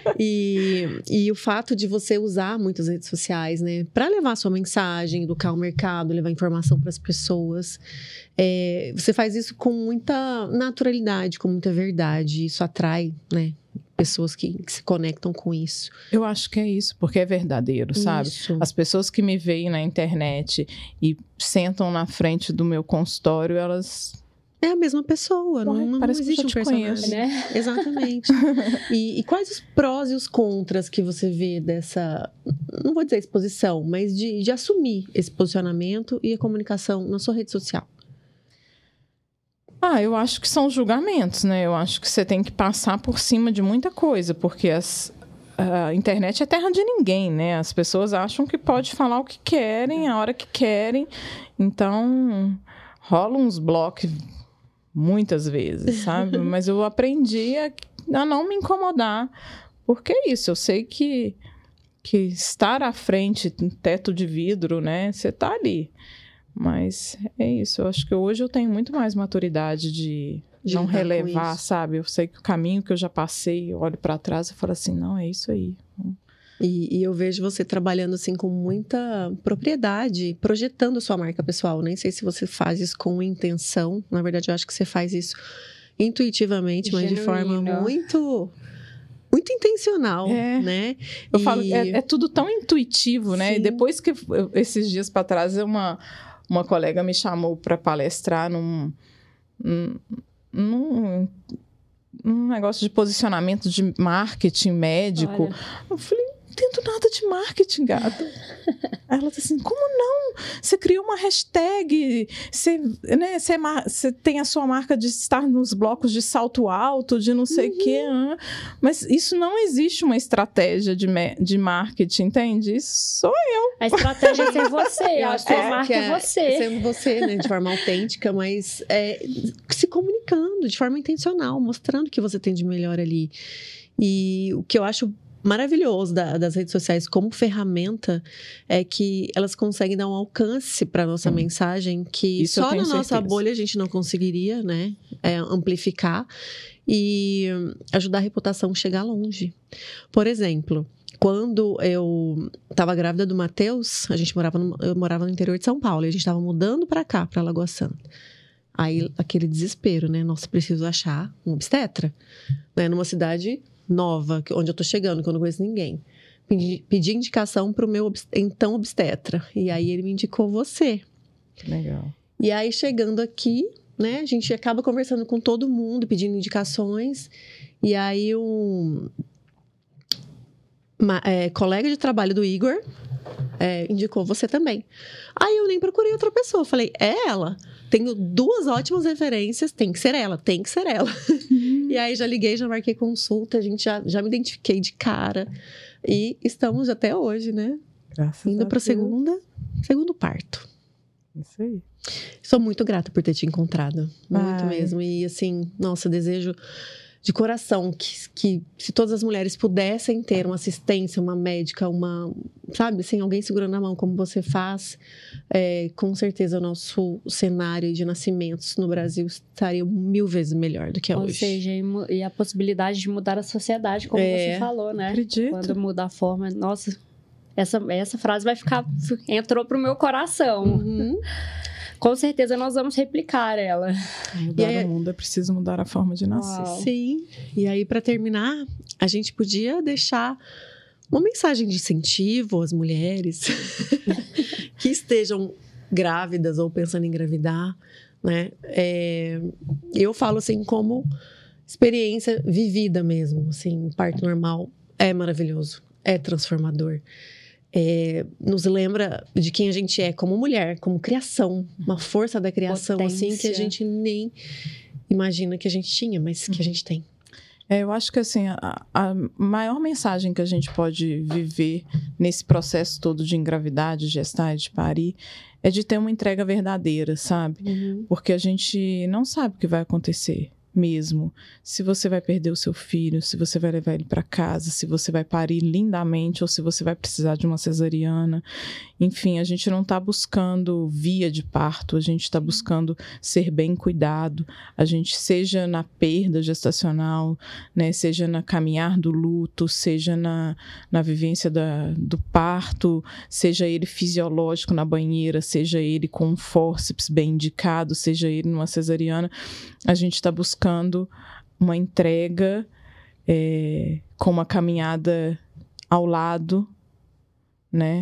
E, e o fato de você usar muitas redes sociais, né, para levar a sua mensagem, educar o mercado, levar informação para as pessoas, é, você faz isso com muita naturalidade, com muita verdade. Isso atrai, né, pessoas que, que se conectam com isso. Eu acho que é isso, porque é verdadeiro, sabe? Isso. As pessoas que me veem na internet e sentam na frente do meu consultório, elas... É a mesma pessoa, não, Ué, não parece que eu existe já um te personagem. conheço. Né? Exatamente. E, e quais os prós e os contras que você vê dessa, não vou dizer exposição, mas de, de assumir esse posicionamento e a comunicação na sua rede social? Ah, eu acho que são julgamentos, né? Eu acho que você tem que passar por cima de muita coisa, porque as, a internet é terra de ninguém, né? As pessoas acham que pode falar o que querem, a hora que querem. Então, rola uns blocos muitas vezes, sabe? Mas eu aprendi a, a não me incomodar, porque é isso, eu sei que, que estar à frente, um teto de vidro, né? Você tá ali. Mas é isso, eu acho que hoje eu tenho muito mais maturidade de, De não lidar com relevar, isso. sabe? Eu sei que o caminho que eu já passei, eu olho para trás e falo assim, não, é isso aí. E, e eu vejo você trabalhando assim com muita propriedade, projetando sua marca pessoal. Nem sei se você faz isso com intenção. Na verdade, eu acho que você faz isso intuitivamente, mas de forma Genuíno. muito, muito intencional, É. né? Eu E- falo, é, é tudo tão intuitivo, né? Sim. E depois que, eu- esses dias para trás, uma, uma colega me chamou para palestrar num, num, num, num negócio de posicionamento de marketing médico. Olha. Eu falei, não entendo nada de marketing, gata. Aí ela disse assim, como não? Você criou uma hashtag, você, né, você, é mar- você tem a sua marca de estar nos blocos de salto alto, de não sei o quê. ah. Mas isso não existe uma estratégia de, me- de marketing, entende? Isso sou eu. A estratégia é ser você, Eu a acho sua que marca é, é você. Sendo você, né? De forma autêntica, mas é, se comunicando de forma intencional, mostrando o que você tem de melhor ali. E o que eu acho maravilhoso da- das redes sociais como ferramenta é que elas conseguem dar um alcance para nossa Sim. mensagem que Isso eu só na tenho nossa certeza. bolha a gente não conseguiria, né? É, amplificar e hum, ajudar a reputação a chegar longe. Por exemplo, quando eu estava grávida do Matheus, a gente morava no, eu morava no interior de São Paulo e a gente estava mudando para cá, para Lagoa Santa. Aí aquele desespero, né? Nossa, preciso achar um obstetra, né? Numa cidade nova, que- onde eu tô chegando, que eu não conheço ninguém. Pedi, pedi indicação pro meu obs- então obstetra. E aí ele me indicou você. Legal. E aí chegando aqui, né? A gente acaba conversando com todo mundo, pedindo indicações. E aí um uma, é, colega de trabalho do Igor é, indicou você também. Aí eu nem procurei outra pessoa. Falei, é ela. Tenho duas ótimas referências, tem que ser ela, tem que ser ela. E aí já liguei, já marquei consulta, a gente já, já me identifiquei de cara. E estamos até hoje, né? Graças Indo a para Deus. segunda, segundo parto. Isso aí. Sou muito grata por ter te encontrado. Muito Ai. mesmo. E assim, nossa, desejo de coração que, que se todas as mulheres pudessem ter uma assistência, uma médica, uma, sabe, assim, alguém segurando a mão como você faz, é, com certeza o nosso cenário de nascimentos no Brasil estaria mil vezes melhor do que é Ou hoje. seja, e mu- e a possibilidade de mudar a sociedade, como É. você falou, né? Acredito. Quando muda a forma. Nossa, essa, essa frase vai ficar. Entrou pro meu coração. Uhum. Com certeza nós vamos replicar ela. Mudar E aí- o mundo é preciso mudar a forma de nascer. Uau. Sim. E aí, para terminar, a gente podia deixar uma mensagem de incentivo às mulheres que estejam grávidas ou pensando em engravidar, né? É, eu falo assim como experiência vivida mesmo, assim, o parto normal é maravilhoso, é transformador. É, nos lembra de quem a gente é como mulher, como criação, uma força da criação assim que a Potência. gente nem imagina que a gente tinha, mas que a gente tem. É, eu acho que assim, a, a maior mensagem que a gente pode viver nesse processo todo de engravidar, de gestar e de parir é de ter uma entrega verdadeira, sabe? Uhum. Porque a gente não sabe o que vai acontecer mesmo. Se você vai perder o seu filho, se você vai levar ele para casa, se você vai parir lindamente ou se você vai precisar de uma cesariana. Enfim, a gente não está buscando via de parto, a gente está buscando ser bem cuidado. A gente, seja na perda gestacional, né, seja na caminhar do luto, seja na, na vivência da, do parto, seja ele fisiológico na banheira, seja ele com um fórceps bem indicado, seja ele numa cesariana, a gente está buscando uma entrega é, com uma caminhada ao lado, né?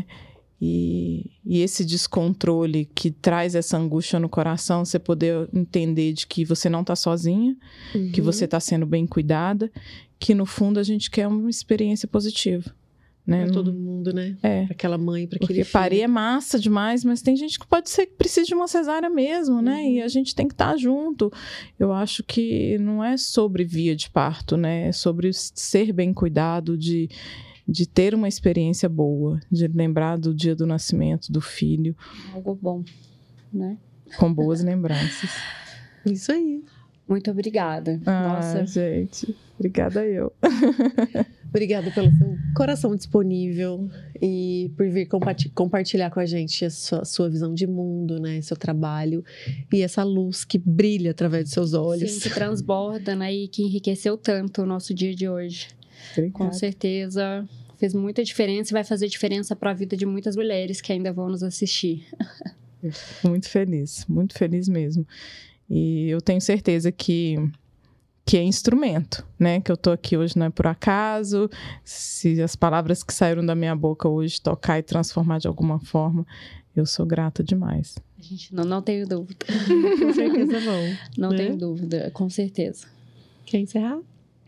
E, e esse descontrole que traz essa angústia no coração, você poder entender de que você não está sozinha, uhum. que você está sendo bem cuidada, que no fundo a gente quer uma experiência positiva. Né? Pra todo mundo, né? É. Pra aquela mãe, pra aquele Porque filho. parir é massa demais, mas tem gente que pode ser que precise de uma cesárea mesmo, né? Uhum. E a gente tem que estar junto. Eu acho que não é sobre via de parto, né? É sobre ser bem cuidado, de, de ter uma experiência boa, de lembrar do dia do nascimento do filho. Algo bom, né? Com boas lembranças. Isso aí. Muito obrigada. Ah, Nossa, gente. Obrigada eu. Obrigada pelo seu coração disponível e por vir compartilhar, compartilhar com a gente a sua, a sua visão de mundo, né? Seu trabalho e essa luz que brilha através dos seus olhos. Sim, que transborda, né? E que enriqueceu tanto o nosso dia de hoje. Obrigada. Com certeza fez muita diferença e vai fazer diferença para a vida de muitas mulheres que ainda vão nos assistir. Eu fico muito feliz, muito feliz mesmo. E eu tenho certeza que, que é instrumento, né? Que eu tô aqui hoje não é por acaso. Se as palavras que saíram da minha boca hoje tocar e transformar de alguma forma, eu sou grata demais. A gente não, não tenho dúvida. Com certeza não. Não né? tenho dúvida, com certeza. Quer encerrar?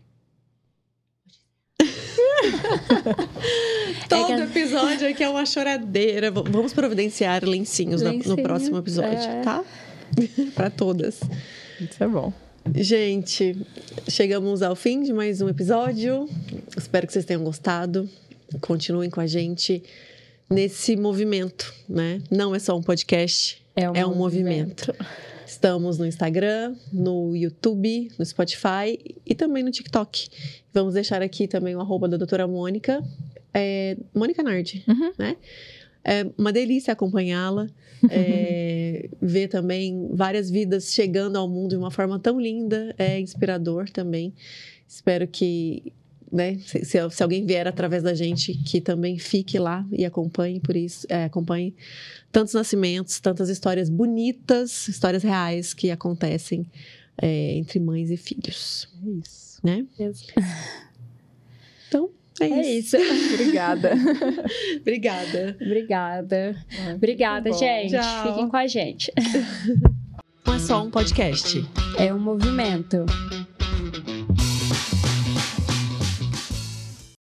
Todo é que... episódio aqui é uma choradeira. Vamos providenciar lencinhos, lencinhos no, no próximo episódio, é... tá? Para todas. Isso é bom. Gente, chegamos ao fim de mais um episódio. Espero que vocês tenham gostado. Continuem com a gente nesse movimento, né? Não é só um podcast, é um, é um movimento. movimento. Estamos no Instagram, no YouTube, no Spotify e também no TikTok. Vamos deixar aqui também o arroba da doutora Mônica, é, Mônica Nardi, uhum. né? É uma delícia acompanhá-la, é, ver também várias vidas chegando ao mundo de uma forma tão linda, é inspirador também. Espero que, né, se, se alguém vier através da gente, que também fique lá e acompanhe por isso, é, acompanhe tantos nascimentos, tantas histórias bonitas, histórias reais que acontecem é, entre mães e filhos. É isso. Né? Isso. Então, é, é isso. isso. Obrigada. Obrigada. Obrigada. Ah, Obrigada, gente. Tchau. Fiquem com a gente. Não é só um podcast. É um movimento.